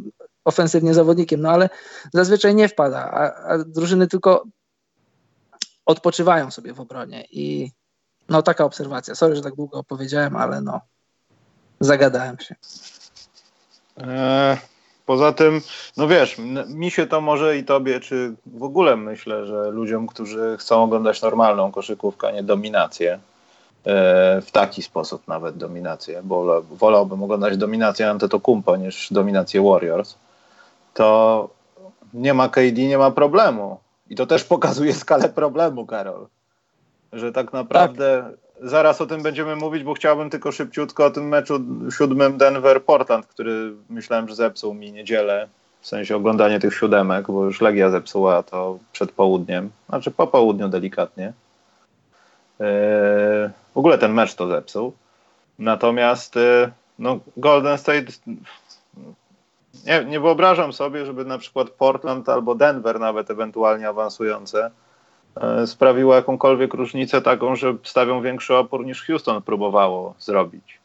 ofensywnie zawodnikiem, no ale zazwyczaj nie wpada, a, a drużyny tylko odpoczywają sobie w obronie i no taka obserwacja. Sorry, że tak długo opowiedziałem, ale no zagadałem się. Eee, poza tym, no wiesz, mi się to może i tobie, czy w ogóle myślę, że ludziom, którzy chcą oglądać normalną koszykówkę, a nie dominację, e, w taki sposób nawet dominację, bo wolałbym oglądać dominację Antetokounmpo niż dominację Warriors, to nie ma K D, nie ma problemu. I to też pokazuje skalę problemu, Karol. Że tak naprawdę, tak. Zaraz o tym będziemy mówić, bo chciałbym tylko szybciutko o tym meczu siódmym Denver-Portland, który myślałem, że zepsuł mi niedzielę, w sensie oglądanie tych siódemek, bo już Legia zepsuła to przed południem, znaczy po południu delikatnie. Yy, w ogóle ten mecz to zepsuł. Natomiast yy, no, Golden State... Nie, nie wyobrażam sobie, żeby na przykład Portland albo Denver nawet ewentualnie awansujące e, sprawiło jakąkolwiek różnicę taką, że stawią większy opór niż Houston próbowało zrobić.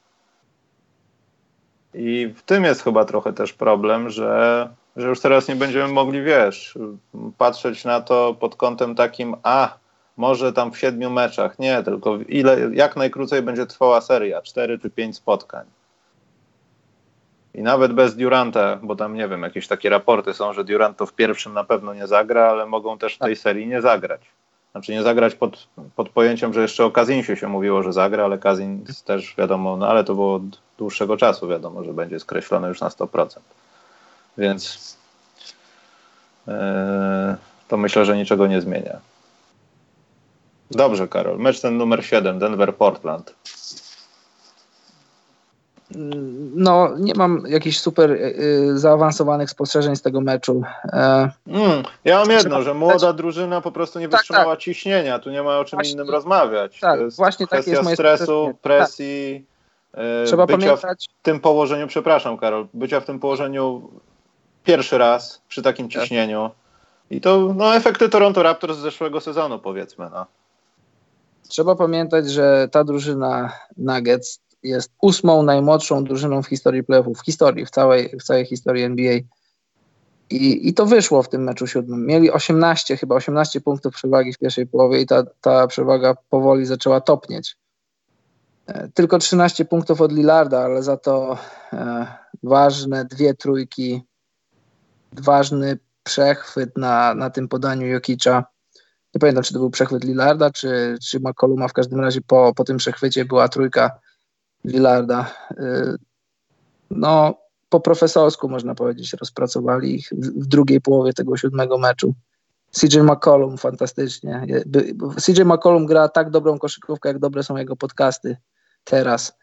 I w tym jest chyba trochę też problem, że, że już teraz nie będziemy mogli, wiesz, patrzeć na to pod kątem takim, a może tam w siedmiu meczach. Nie, tylko ile, jak najkrócej będzie trwała seria, cztery czy pięć spotkań. I nawet bez Duranta, bo tam nie wiem, jakieś takie raporty są, że Durant to w pierwszym na pewno nie zagra, ale mogą też w tej serii nie zagrać. Znaczy nie zagrać pod, pod pojęciem, że jeszcze o Kazinsie się mówiło, że zagra, ale Kazins też wiadomo, no ale to było od dłuższego czasu wiadomo, że będzie skreślone już na sto procent. Więc yy, to myślę, że niczego nie zmienia. Dobrze, Karol. Mecz ten numer siedem, Denver-Portland. No, nie mam jakichś super y, zaawansowanych spostrzeżeń z tego meczu. E, mm, ja mam jedno, że młoda drużyna po prostu nie wytrzymała tak, tak. ciśnienia. Tu nie ma o czym właśnie, innym rozmawiać. Tak, to jest właśnie kwestia tak jest moje stresu, presji, tak. y, Trzeba bycia pamiętać. w tym położeniu, przepraszam Karol, bycia w tym położeniu pierwszy raz przy takim ciśnieniu. I to no, efekty Toronto Raptors z zeszłego sezonu, powiedzmy. No. Trzeba pamiętać, że ta drużyna Nuggets jest ósmą najmłodszą drużyną w historii playoffów, w historii, w całej, w całej historii N B A. I, I to wyszło w tym meczu siódmym. Mieli osiemnaście, chyba osiemnaście punktów przewagi w pierwszej połowie i ta, ta przewaga powoli zaczęła topnieć. E, tylko trzynaście punktów od Lillarda, ale za to e, ważne dwie trójki, ważny przechwyt na, na tym podaniu Jokicza. Nie pamiętam, czy to był przechwyt Lillarda, czy, czy McColluma. W każdym razie po, po tym przechwycie była trójka Lillarda. No, po profesorsku można powiedzieć, rozpracowali ich w, w drugiej połowie tego siódmego meczu. C J McCollum fantastycznie. C J McCollum gra tak dobrą koszykówkę, jak dobre są jego podcasty teraz.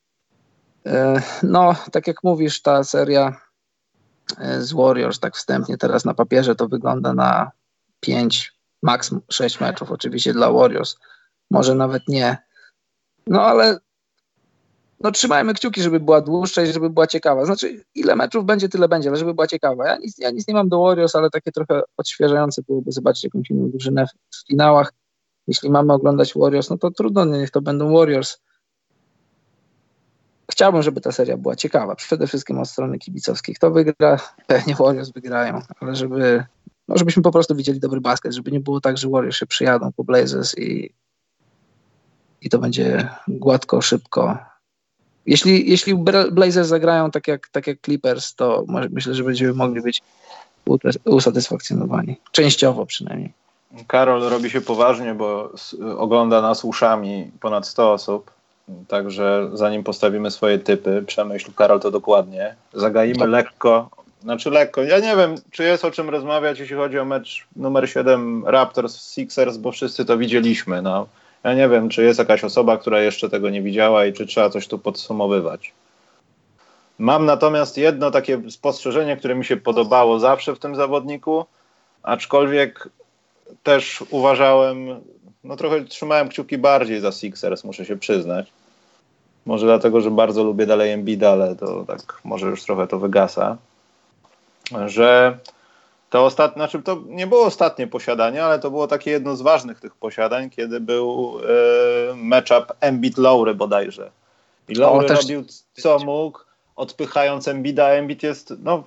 No, tak jak mówisz, ta seria z Warriors, tak wstępnie teraz na papierze to wygląda na pięć, maks sześć meczów oczywiście dla Warriors. Może nawet nie. No, ale no trzymajmy kciuki, żeby była dłuższa i żeby była ciekawa. Znaczy, ile meczów będzie, tyle będzie, ale żeby była ciekawa. Ja nic, ja nic nie mam do Warriors, ale takie trochę odświeżające byłoby zobaczyć jakąś inną drużynę w, w finałach. Jeśli mamy oglądać Warriors, no to trudno, niech to będą Warriors. Chciałbym, żeby ta seria była ciekawa. Przede wszystkim od strony kibicowskiej. Kto wygra? Pewnie Warriors wygrają, ale żeby, no żebyśmy po prostu widzieli dobry basket, żeby nie było tak, że Warriors się przyjadą po Blazers i, i to będzie gładko, szybko. Jeśli, jeśli Blazers zagrają tak jak, tak jak Clippers, to może, myślę, że będziemy mogli być usatysfakcjonowani. Częściowo przynajmniej. Karol, robi się poważnie, bo ogląda nas uszami ponad sto osób. Także zanim postawimy swoje typy, przemyśl, Karol, to dokładnie. Zagaimy to... lekko, znaczy lekko. Ja nie wiem, czy jest o czym rozmawiać, jeśli chodzi o mecz numer siedem Raptors Sixers, bo wszyscy to widzieliśmy. No. Ja nie wiem, czy jest jakaś osoba, która jeszcze tego nie widziała i czy trzeba coś tu podsumowywać. Mam natomiast jedno takie spostrzeżenie, które mi się podobało zawsze w tym zawodniku, aczkolwiek też uważałem, no trochę trzymałem kciuki bardziej za Sixers, muszę się przyznać. Może dlatego, że bardzo lubię dalej Embida, ale to tak może już trochę to wygasa. Że to ostatnie, znaczy to nie było ostatnie posiadanie, ale to było takie jedno z ważnych tych posiadań, kiedy był e, matchup Embiid-Lowry bodajże. I Lowry robił co mógł, odpychając Embida. Embiid jest, no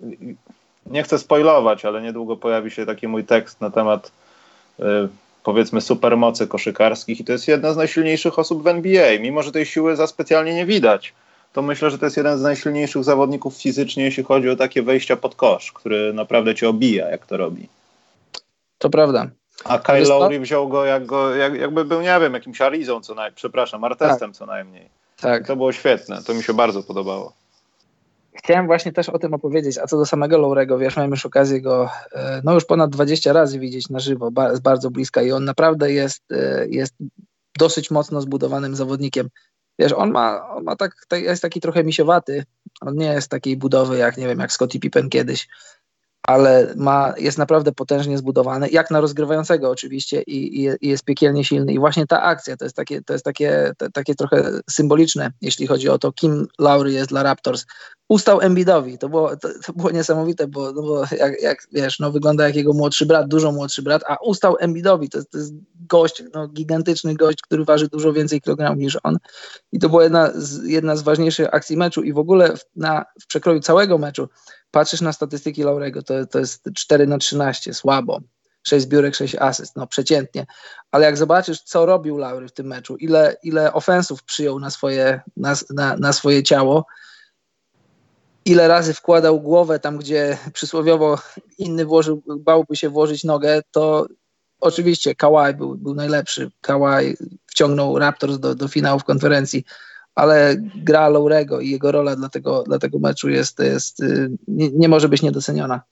nie chcę spoilować, ale niedługo pojawi się taki mój tekst na temat y, powiedzmy supermocy koszykarskich i to jest jedna z najsilniejszych osób w N B A. Mimo że tej siły za specjalnie nie widać, to myślę, że to jest jeden z najsilniejszych zawodników fizycznie, jeśli chodzi o takie wejścia pod kosz, który naprawdę cię obija, jak to robi. To prawda. A Kyle Lowry wziął go, jak go jak, jakby był, nie wiem, jakimś Arizą, co naj... przepraszam, Artestem tak. co najmniej. Tak. To było świetne, to mi się bardzo podobało. Chciałem właśnie też o tym opowiedzieć, a co do samego Lowry'ego, wiesz, miałem już okazję go no już ponad dwadzieścia razy widzieć na żywo, ba- z bardzo bliska i on naprawdę jest, jest dosyć mocno zbudowanym zawodnikiem. Wiesz, on ma, on ma tak, jest taki trochę misiowaty, on nie jest takiej budowy jak, nie wiem, jak Scottie Pippen kiedyś, ale ma, jest naprawdę potężnie zbudowany, jak na rozgrywającego oczywiście i, i, i jest piekielnie silny i właśnie ta akcja to jest takie, to jest takie, te, takie trochę symboliczne, jeśli chodzi o to, kim Lowry jest dla Raptors. Ustał Embiidowi, to było, to, to było niesamowite, bo, no bo jak, jak wiesz, no wygląda jak jego młodszy brat, dużo młodszy brat, a ustał Embiidowi, to, to jest gość, no gigantyczny gość, który waży dużo więcej kilogramów niż on i to była jedna z, jedna z ważniejszych akcji meczu i w ogóle w, na, w przekroju całego meczu patrzysz na statystyki Lowry'ego, to, to jest cztery na trzynaście, słabo. sześć zbiórek, sześć asyst, no przeciętnie. Ale jak zobaczysz, co robił Lowry w tym meczu, ile, ile ofensów przyjął na swoje, na, na, na swoje ciało, ile razy wkładał głowę tam, gdzie przysłowiowo inny włożył, bałby się włożyć nogę, to oczywiście Kawhi był, był najlepszy. Kawhi wciągnął Raptors do, do finałów konferencji, ale gra Lowry'ego i jego rola dla tego, dla tego meczu jest, jest nie, nie może być niedoceniona.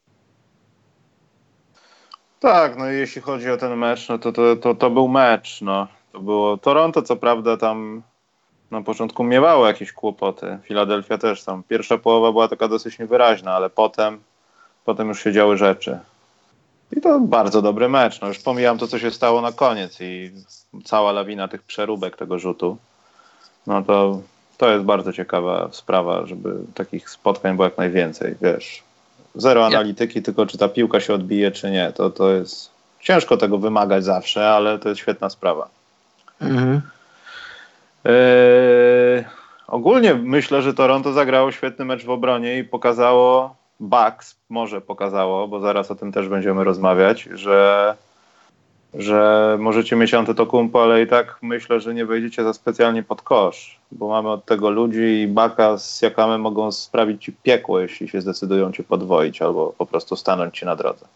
Tak, no i jeśli chodzi o ten mecz, no to, to, to, to był mecz. No. To było Toronto, co prawda tam na początku miewało jakieś kłopoty. Filadelfia też tam. Pierwsza połowa była taka dosyć niewyraźna, ale potem, potem już się działy rzeczy. I to bardzo dobry mecz. No już pomijam to, co się stało na koniec i cała lawina tych przeróbek tego rzutu. No to, to jest bardzo ciekawa sprawa, żeby takich spotkań było jak najwięcej, wiesz. Zero analityki, tylko czy ta piłka się odbije, czy nie. To, to jest ciężko tego wymagać zawsze, ale to jest świetna sprawa. Mhm. Yy, ogólnie myślę, że Toronto zagrało świetny mecz w obronie i pokazało, Bucks może pokazało, bo zaraz o tym też będziemy rozmawiać, że że możecie mieć Antetokounmpo, ale i tak myślę, że nie wejdziecie za specjalnie pod kosz, bo mamy od tego ludzi i Baka z Siakamem mogą sprawić ci piekło, jeśli się zdecydują cię podwoić albo po prostu stanąć ci na drodze.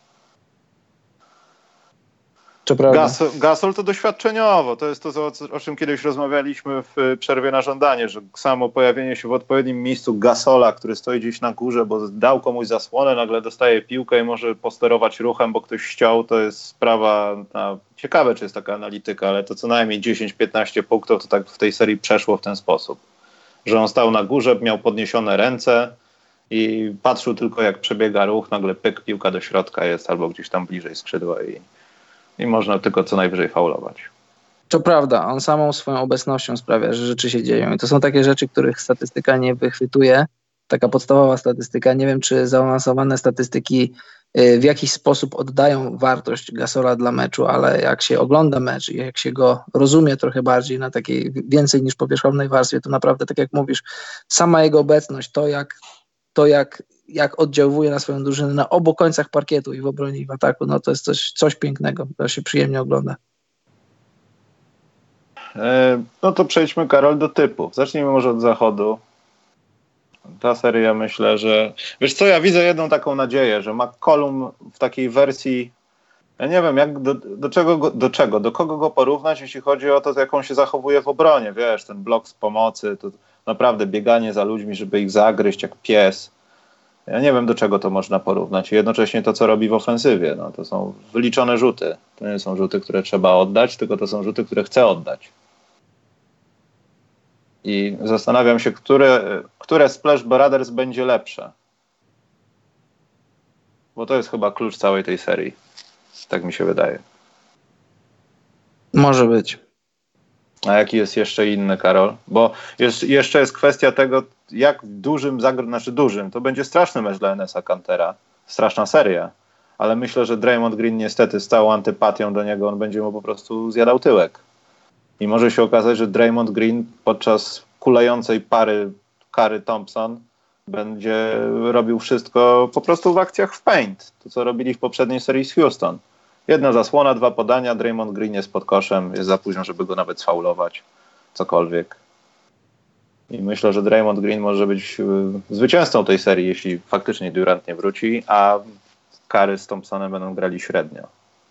Gasol, Gasol to doświadczeniowo, to jest to, o czym kiedyś rozmawialiśmy w przerwie na żądanie, że samo pojawienie się w odpowiednim miejscu Gasola, który stoi gdzieś na górze, bo dał komuś zasłonę, nagle dostaje piłkę i może posterować ruchem, bo ktoś ściął, to jest sprawa, na, ciekawe czy jest taka analityka, ale to co najmniej dziesięć piętnaście punktów to tak w tej serii przeszło w ten sposób, że on stał na górze, miał podniesione ręce i patrzył tylko jak przebiega ruch, nagle pyk, piłka do środka jest albo gdzieś tam bliżej skrzydła i I można tylko co najwyżej faulować. To prawda, on samą swoją obecnością sprawia, że rzeczy się dzieją. I to są takie rzeczy, których statystyka nie wychwytuje. Taka podstawowa statystyka. Nie wiem, czy zaawansowane statystyki w jakiś sposób oddają wartość Gasola dla meczu, ale jak się ogląda mecz i jak się go rozumie trochę bardziej na takiej więcej niż powierzchownej warstwie, to naprawdę, tak jak mówisz, sama jego obecność, to jak to jak, jak oddziałuje na swoją drużynę na obu końcach parkietu i w obronie i w ataku, no to jest coś, coś pięknego, to się przyjemnie ogląda. E, no to przejdźmy, Karol, do typów. Zacznijmy może od zachodu. Ta seria, myślę, że... Wiesz co, ja widzę jedną taką nadzieję, że McCollum w takiej wersji, ja nie wiem, jak do, do, czego go, do czego, do kogo go porównać, jeśli chodzi o to, jak on się zachowuje w obronie, wiesz, ten blok z pomocy, to naprawdę bieganie za ludźmi, żeby ich zagryźć jak pies. Ja nie wiem, do czego to można porównać. I jednocześnie to, co robi w ofensywie. No, to są wyliczone rzuty. To nie są rzuty, które trzeba oddać, tylko to są rzuty, które chce oddać. I zastanawiam się, które, które Splash Brothers będzie lepsze. Bo to jest chyba klucz całej tej serii. Tak mi się wydaje. Może być. A jaki jest jeszcze inny, Karol? Bo jest, jeszcze jest kwestia tego, jak dużym, zagr- znaczy dużym, to będzie straszny mecz dla Enesa Kantera. Straszna seria. Ale myślę, że Draymond Green niestety z całą antypatią do niego, on będzie mu po prostu zjadał tyłek. I może się okazać, że Draymond Green podczas kulejącej pary Curry Thompson będzie robił wszystko po prostu w akcjach w paint. To, co robili w poprzedniej serii z Houston. Jedna zasłona, dwa podania, Draymond Green jest pod koszem, jest za późno, żeby go nawet sfaulować, cokolwiek. I myślę, że Draymond Green może być zwycięzcą tej serii, jeśli faktycznie Durant nie wróci, a Curry z Thompsonem będą grali średnio.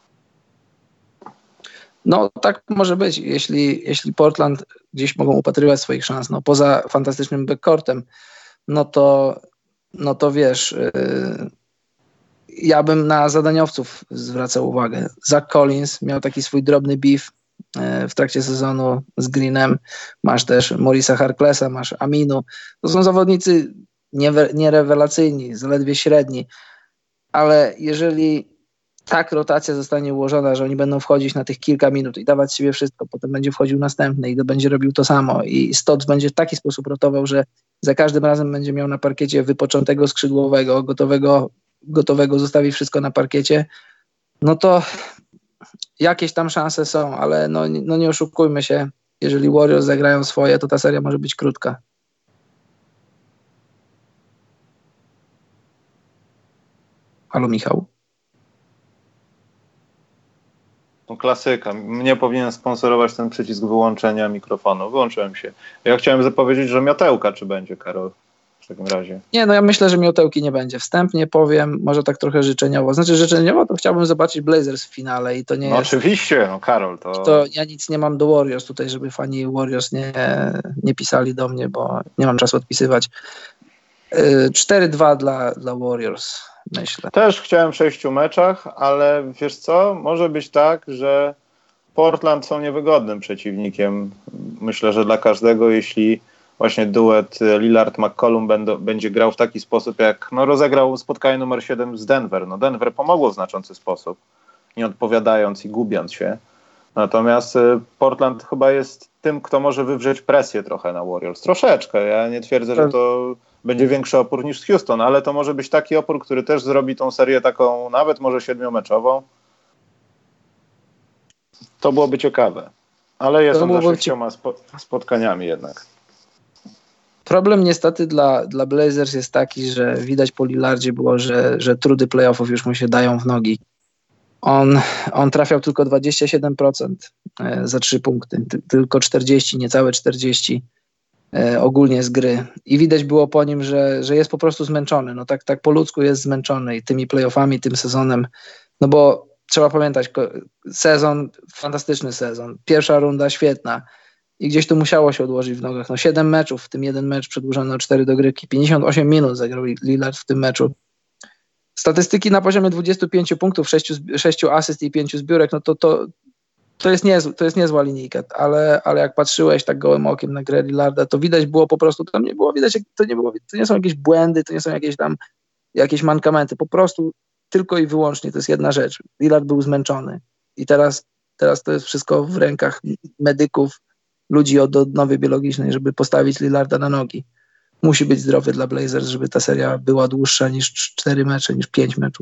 No tak może być, jeśli, jeśli Portland gdzieś mogą upatrywać swoich szans, no poza fantastycznym backcourtem, no to, no to wiesz, yy, ja bym na zadaniowców zwracał uwagę. Zach Collins miał taki swój drobny beef yy, w trakcie sezonu z Greenem, masz też Maurice'a Harklessa, masz Aminu, to są zawodnicy nierewelacyjni, zaledwie średni, ale jeżeli tak rotacja zostanie ułożona, że oni będą wchodzić na tych kilka minut i dawać siebie wszystko, potem będzie wchodził następny i to będzie robił to samo i Stotts będzie w taki sposób rotował, że za każdym razem będzie miał na parkiecie wypoczętego skrzydłowego, gotowego, gotowego zostawi wszystko na parkiecie, no to jakieś tam szanse są, ale no, no nie oszukujmy się, jeżeli Warriors zagrają swoje, to ta seria może być krótka. Halo Michał? No klasyka. Mnie powinien sponsorować ten przycisk wyłączenia mikrofonu. Wyłączyłem się. Ja chciałem zapowiedzieć, że miotełka czy będzie, Karol, w takim razie. Nie, no ja myślę, że miotełki nie będzie. Wstępnie powiem, może tak trochę życzeniowo. Znaczy życzeniowo to chciałbym zobaczyć Blazers w finale i to nie no jest... Oczywiście, no Karol, to... to... Ja nic nie mam do Warriors tutaj, żeby fani Warriors nie, nie pisali do mnie, bo nie mam czasu odpisywać. cztery dwa dla, dla Warriors, myślę. Też chciałem w sześciu meczach, ale wiesz co, może być tak, że Portland są niewygodnym przeciwnikiem. Myślę, że dla każdego, jeśli właśnie duet Lillard-McCollum będzie grał w taki sposób, jak no, rozegrał spotkanie numer siedem z Denver. No, Denver pomogło w znaczący sposób, nie odpowiadając i gubiąc się. Natomiast Portland chyba jest tym, kto może wywrzeć presję trochę na Warriors. Troszeczkę. Ja nie twierdzę, że to będzie większy opór niż z Houston, ale to może być taki opór, który też zrobi tą serię taką nawet może siedmiomeczową. To byłoby ciekawe. Ale jest on za sześcioma spo- spotkaniami jednak. Problem niestety dla, dla Blazers jest taki, że widać po Lillardzie było, że, że trudy playoffów już mu się dają w nogi. On, on trafiał tylko dwadzieścia siedem procent za trzy punkty, Ty, tylko czterdzieści, niecałe czterdzieści e, ogólnie z gry. I widać było po nim, że, że jest po prostu zmęczony. No tak, tak po ludzku jest zmęczony i tymi playoffami, tym sezonem. No bo trzeba pamiętać, sezon, fantastyczny sezon. Pierwsza runda świetna. I gdzieś to musiało się odłożyć w nogach. No siedem meczów, w tym jeden mecz przedłużony o cztery dogrywki. pięćdziesiąt osiem minut zagrał Lillard w tym meczu. Statystyki na poziomie dwudziestu pięciu punktów, sześciu asyst i pięciu zbiórek, no to, to, to, jest niezła, to jest niezła linijka, ale, ale jak patrzyłeś tak gołym okiem na grę Lillarda, to widać było po prostu, tam nie było widać, to nie, było, to nie są jakieś błędy, to nie są jakieś tam jakieś mankamenty, po prostu tylko i wyłącznie to jest jedna rzecz. Lillard był zmęczony i teraz, teraz to jest wszystko w rękach medyków, ludzi od odnowy biologicznej, żeby postawić Lillarda na nogi. Musi być zdrowy dla Blazers, żeby ta seria była dłuższa niż cztery mecze, niż pięć meczów.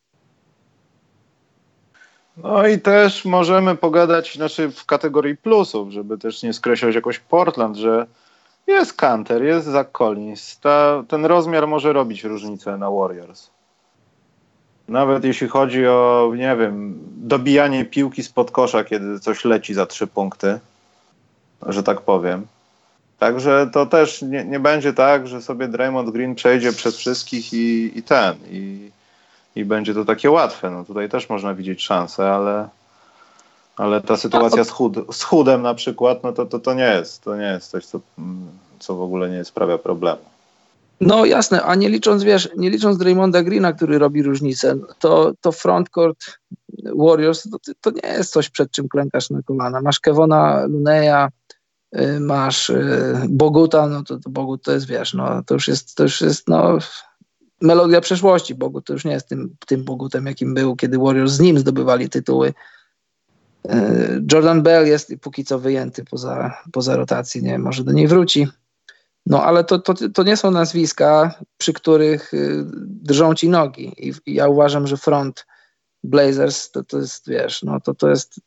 No i też możemy pogadać znaczy w kategorii plusów, żeby też nie skreślać jakoś Portland, że jest Kanter, jest Zach Collins. Ta, ten rozmiar może robić różnicę na Warriors. Nawet jeśli chodzi o, nie wiem, dobijanie piłki spod kosza, kiedy coś leci za trzy punkty, że tak powiem. Także to też nie, nie będzie tak, że sobie Draymond Green przejdzie przez wszystkich i, i ten, i, i będzie to takie łatwe. No tutaj też można widzieć szansę, ale, ale ta sytuacja z, chud, z chudem na przykład, no to, to, to nie jest, to nie jest coś, co, co w ogóle nie sprawia problemu. No jasne, a nie licząc, wiesz, nie licząc Draymonda Greena, który robi różnicę, to, to frontcourt Warriors to, to nie jest coś, przed czym klękasz na kolana. Masz Kevona Looney'a, masz Boguta, no to, to Bogut to jest, wiesz, no to już jest, to już jest, no melodia przeszłości. Bogut to już nie jest tym, tym Bogutem, jakim był, kiedy Warriors z nim zdobywali tytuły. Jordan Bell jest póki co wyjęty poza, poza rotację, nie wiem, może do niej wróci. No ale to, to, to nie są nazwiska, przy których drżą ci nogi. I, i ja uważam, że front Blazers to, to jest, wiesz, no to, to jest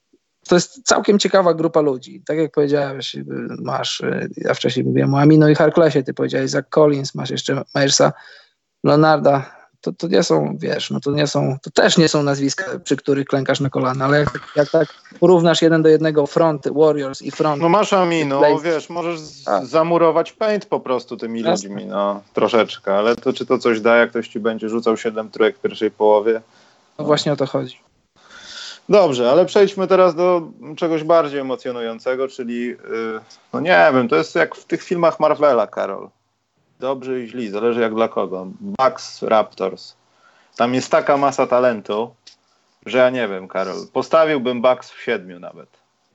to jest całkiem ciekawa grupa ludzi. Tak jak powiedziałeś, masz, ja wcześniej mówiłem o Amino i Harklessie, ty powiedziałeś Zach Collins, masz jeszcze Myersa Leonarda. To, to nie są, wiesz, no to nie są, to też nie są nazwiska, przy których klękasz na kolana, ale jak, jak tak porównasz jeden do jednego front Warriors i front... No masz Amino, Blazers, wiesz, możesz z- A. zamurować paint po prostu tymi Jasne. ludźmi, no, troszeczkę, ale to czy to coś da, jak ktoś ci będzie rzucał siedem trójek w pierwszej połowie? No właśnie o to chodzi. Dobrze, ale przejdźmy teraz do czegoś bardziej emocjonującego, czyli, yy, no nie wiem, to jest jak w tych filmach Marvela, Karol. Dobrzy i źli, zależy jak dla kogo. Bucks, Raptors. Tam jest taka masa talentu, że ja nie wiem, Karol. Postawiłbym Bucks w siedmiu nawet.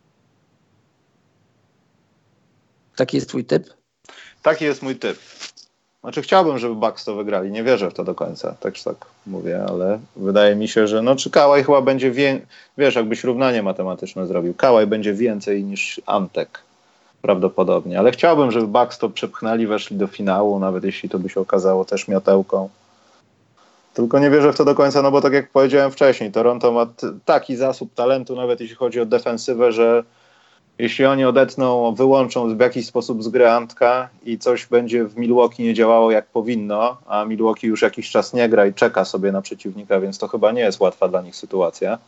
Taki jest twój typ? Taki jest mój typ. Znaczy chciałbym, żeby Bucks to wygrali. Nie wierzę w to do końca, także tak mówię, ale wydaje mi się, że no czy Kawhi chyba będzie, wie... wiesz, jakbyś równanie matematyczne zrobił. Kawhi będzie więcej niż Antek. Prawdopodobnie, ale chciałbym, żeby Bucks to przepchnęli, weszli do finału, nawet jeśli to by się okazało też miotełką. Tylko nie wierzę w to do końca, no bo tak jak powiedziałem wcześniej, Toronto ma t- taki zasób talentu, nawet jeśli chodzi o defensywę, że jeśli oni odetną, wyłączą w jakiś sposób z gry Antka i coś będzie w Milwaukee nie działało jak powinno, a Milwaukee już jakiś czas nie gra i czeka sobie na przeciwnika, więc to chyba nie jest łatwa dla nich sytuacja,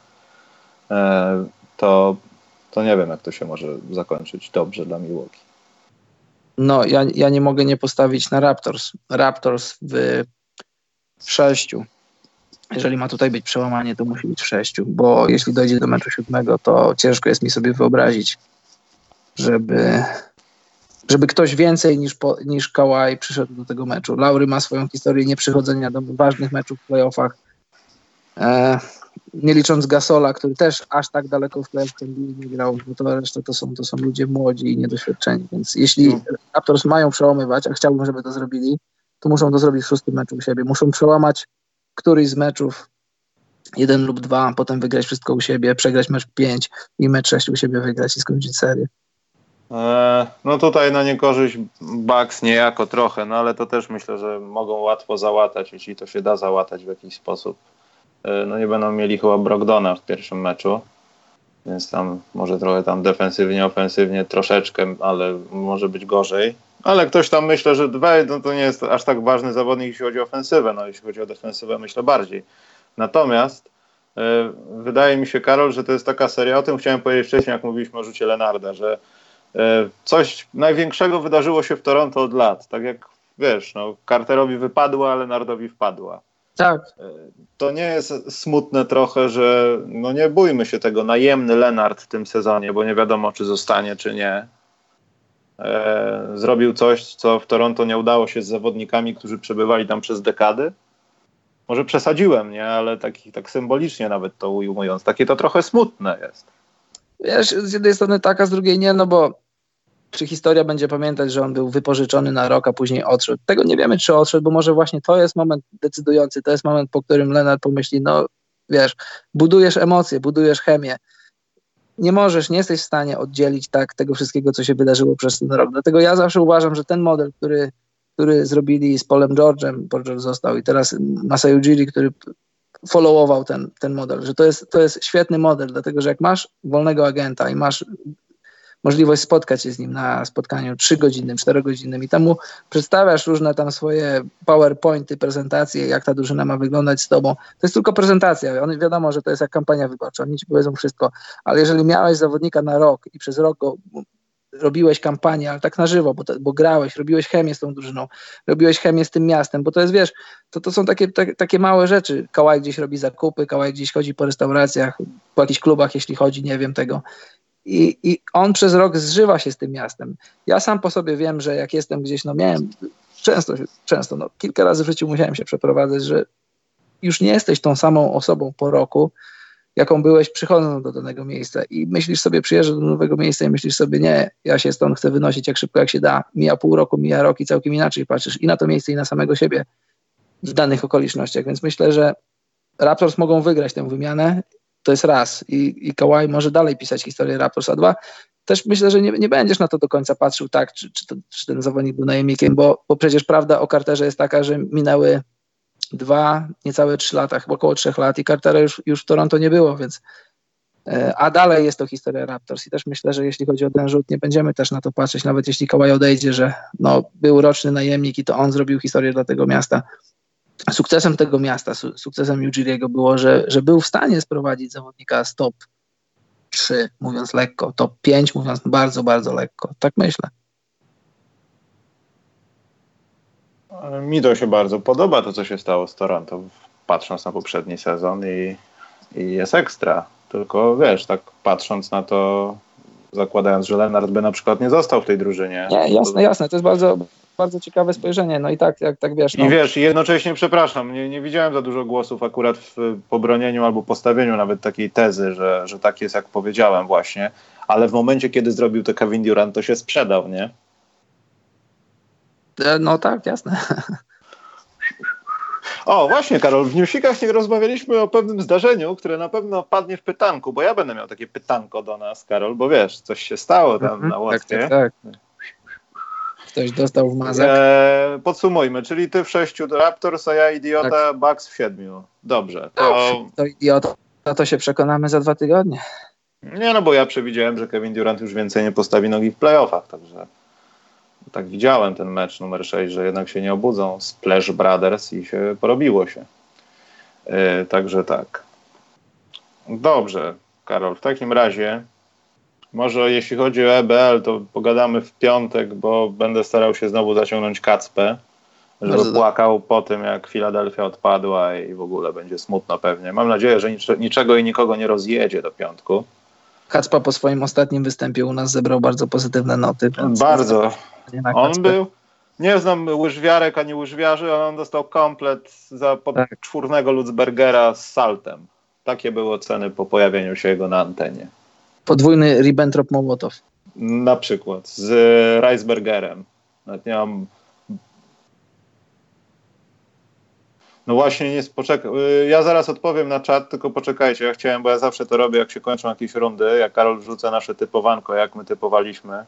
e, to to nie wiem, jak to się może zakończyć dobrze dla Milwaukee. No, ja, ja nie mogę nie postawić na Raptors. Raptors w sześciu. Jeżeli ma tutaj być przełamanie, to musi być w sześciu, bo jeśli dojdzie do meczu siódmego, to ciężko jest mi sobie wyobrazić, żeby, żeby ktoś więcej niż, po, niż Kawhi przyszedł do tego meczu. Lowry ma swoją historię nieprzychodzenia do ważnych meczów w playoffach. E, nie licząc Gasola, który też aż tak daleko w playoff nie grał, bo to reszta to są, to są ludzie młodzi i niedoświadczeni, więc jeśli no. Raptors mają przełamywać, a chciałbym, żeby to zrobili, to muszą to zrobić w szóstym meczu u siebie. Muszą przełamać któryś z meczów, jeden lub dwa, potem wygrać wszystko u siebie, przegrać mecz pięć i mecz sześć u siebie wygrać i skończyć serię. Eee, no tutaj na niekorzyść Bucks niejako trochę, no ale to też myślę, że mogą łatwo załatać, jeśli to się da załatać w jakiś sposób. Eee, no nie będą mieli chyba Brogdona w pierwszym meczu, więc tam może trochę tam defensywnie, ofensywnie troszeczkę, ale może być gorzej. Ale ktoś tam myślę, że Wade no to nie jest aż tak ważny zawodnik, jeśli chodzi o ofensywę, no jeśli chodzi o defensywę myślę bardziej. Natomiast yy, wydaje mi się, Karol, że to jest taka seria, o tym chciałem powiedzieć wcześniej, jak mówiliśmy o rzucie Leonarda, że yy, coś największego wydarzyło się w Toronto od lat. Tak jak wiesz, no Carterowi wypadła, a Leonardowi wpadła. Tak. Yy, to nie jest smutne trochę, że no nie bójmy się tego, najemny Leonard w tym sezonie, bo nie wiadomo, czy zostanie, czy nie. E, zrobił coś, co w Toronto nie udało się z zawodnikami, którzy przebywali tam przez dekady. Może przesadziłem, nie? Ale tak, tak symbolicznie nawet to ujmując. Takie to trochę smutne jest. Wiesz, z jednej strony tak, a z drugiej nie, no bo czy historia będzie pamiętać, że on był wypożyczony na rok, a później odszedł? Tego nie wiemy, czy odszedł, bo może właśnie to jest moment decydujący, to jest moment, po którym Leonard pomyśli, no wiesz, budujesz emocje, budujesz chemię. Nie możesz, nie jesteś w stanie oddzielić tak tego wszystkiego, co się wydarzyło przez ten rok. Dlatego ja zawsze uważam, że ten model, który, który zrobili z Paulem George'em, Paul George został i teraz Masai Ujiri, który followował ten, ten model, że to jest, to jest świetny model, dlatego że jak masz wolnego agenta i masz możliwość spotkać się z nim na spotkaniu trzygodzinnym, czterogodzinnym i tam mu przedstawiasz różne tam swoje powerpointy, prezentacje, jak ta drużyna ma wyglądać z tobą. To jest tylko prezentacja. On, wiadomo, że to jest jak kampania wyborcza. Oni ci powiedzą wszystko. Ale jeżeli miałeś zawodnika na rok i przez rok go robiłeś kampanię, ale tak na żywo, bo, to, bo grałeś, robiłeś chemię z tą drużyną, robiłeś chemię z tym miastem, bo to jest, wiesz, to, to są takie, te, takie małe rzeczy. Kawhi gdzieś robi zakupy, Kawhi gdzieś chodzi po restauracjach, po jakichś klubach, jeśli chodzi, nie wiem tego. I, I on przez rok zżywa się z tym miastem. Ja sam po sobie wiem, że jak jestem gdzieś, no miałem często, często no kilka razy w życiu musiałem się przeprowadzać, że już nie jesteś tą samą osobą po roku, jaką byłeś przychodząc do danego miejsca i myślisz sobie, przyjeżdżasz do nowego miejsca i myślisz sobie, nie, ja się stąd chcę wynosić jak szybko jak się da. Mija pół roku, mija rok i całkiem inaczej patrzysz i na to miejsce i na samego siebie w danych okolicznościach, więc myślę, że Raptors mogą wygrać tę wymianę. To jest raz. I, i Kawhi może dalej pisać historię Raptors, a dwa, też myślę, że nie, nie będziesz na to do końca patrzył tak, czy, czy, to, czy ten zawodnik był najemnikiem, bo, bo przecież prawda o Carterze jest taka, że minęły dwa, niecałe trzy lata, chyba około trzech lat i Cartera już, już w Toronto nie było, więc A dalej jest to historia Raptors i też myślę, że jeśli chodzi o ten rzut, nie będziemy też na to patrzeć, nawet jeśli Kawhi odejdzie, że no, był roczny najemnik i to on zrobił historię dla tego miasta. Sukcesem tego miasta, su- sukcesem Ujiriego było, że, że był w stanie sprowadzić zawodnika z top trzy, mówiąc lekko, top pięć, mówiąc bardzo, bardzo lekko. Tak myślę. Mi to się bardzo podoba, to co się stało z Toronto, patrząc na poprzedni sezon i, i jest ekstra. Tylko wiesz, tak patrząc na to, zakładając, że Leonard by na przykład nie został w tej drużynie. Nie, jasne, jasne, to jest bardzo, bardzo ciekawe spojrzenie. No i tak, jak tak wiesz. No. I wiesz, jednocześnie, przepraszam, nie, nie widziałem za dużo głosów akurat w pobronieniu albo postawieniu nawet takiej tezy, że, że tak jest, jak powiedziałem właśnie, ale w momencie, kiedy zrobił to Kevin Durant, to się sprzedał, nie? No tak, jasne. O, właśnie, Karol, w newsikach nie rozmawialiśmy o pewnym zdarzeniu, które na pewno padnie w pytanku, bo ja będę miał takie pytanko do nas, Karol, bo wiesz, coś się stało tam mhm, na Łotwie. Tak, tak, tak. Ktoś dostał w mazak. E, podsumujmy, czyli ty w sześciu Raptors, a ja idiota, tak. Bucks w siedmiu. Dobrze. To... to idiota, to się przekonamy za dwa tygodnie. Nie, no bo ja przewidziałem, że Kevin Durant już więcej nie postawi nogi w playoffach, także tak widziałem ten mecz numer sześć, że jednak się nie obudzą Splash Brothers i się porobiło się. Yy, także tak. Dobrze, Karol, w takim razie może jeśli chodzi o E B L, to pogadamy w piątek, bo będę starał się znowu zaciągnąć Kacpę, żeby Bardzo płakał do... po tym, jak Filadelfia odpadła i w ogóle będzie smutno pewnie. Mam nadzieję, że nic, niczego i nikogo nie rozjedzie do piątku. Kacpa po swoim ostatnim występie u nas zebrał bardzo pozytywne noty. Bardzo. On był, nie znam łyżwiarek ani łyżwiarzy, ale on dostał komplet za podczwórnego Lutzbergera z saltem. Takie były oceny po pojawieniu się jego na antenie. Podwójny Ribbentrop-Mołotow. Na przykład z Reisbergerem. Nawet nie mam... No właśnie, nie poczekaj. Ja zaraz odpowiem na czat, tylko poczekajcie. Ja chciałem, bo ja zawsze to robię, jak się kończą jakieś rundy, jak Karol wrzuca nasze typowanko, jak my typowaliśmy.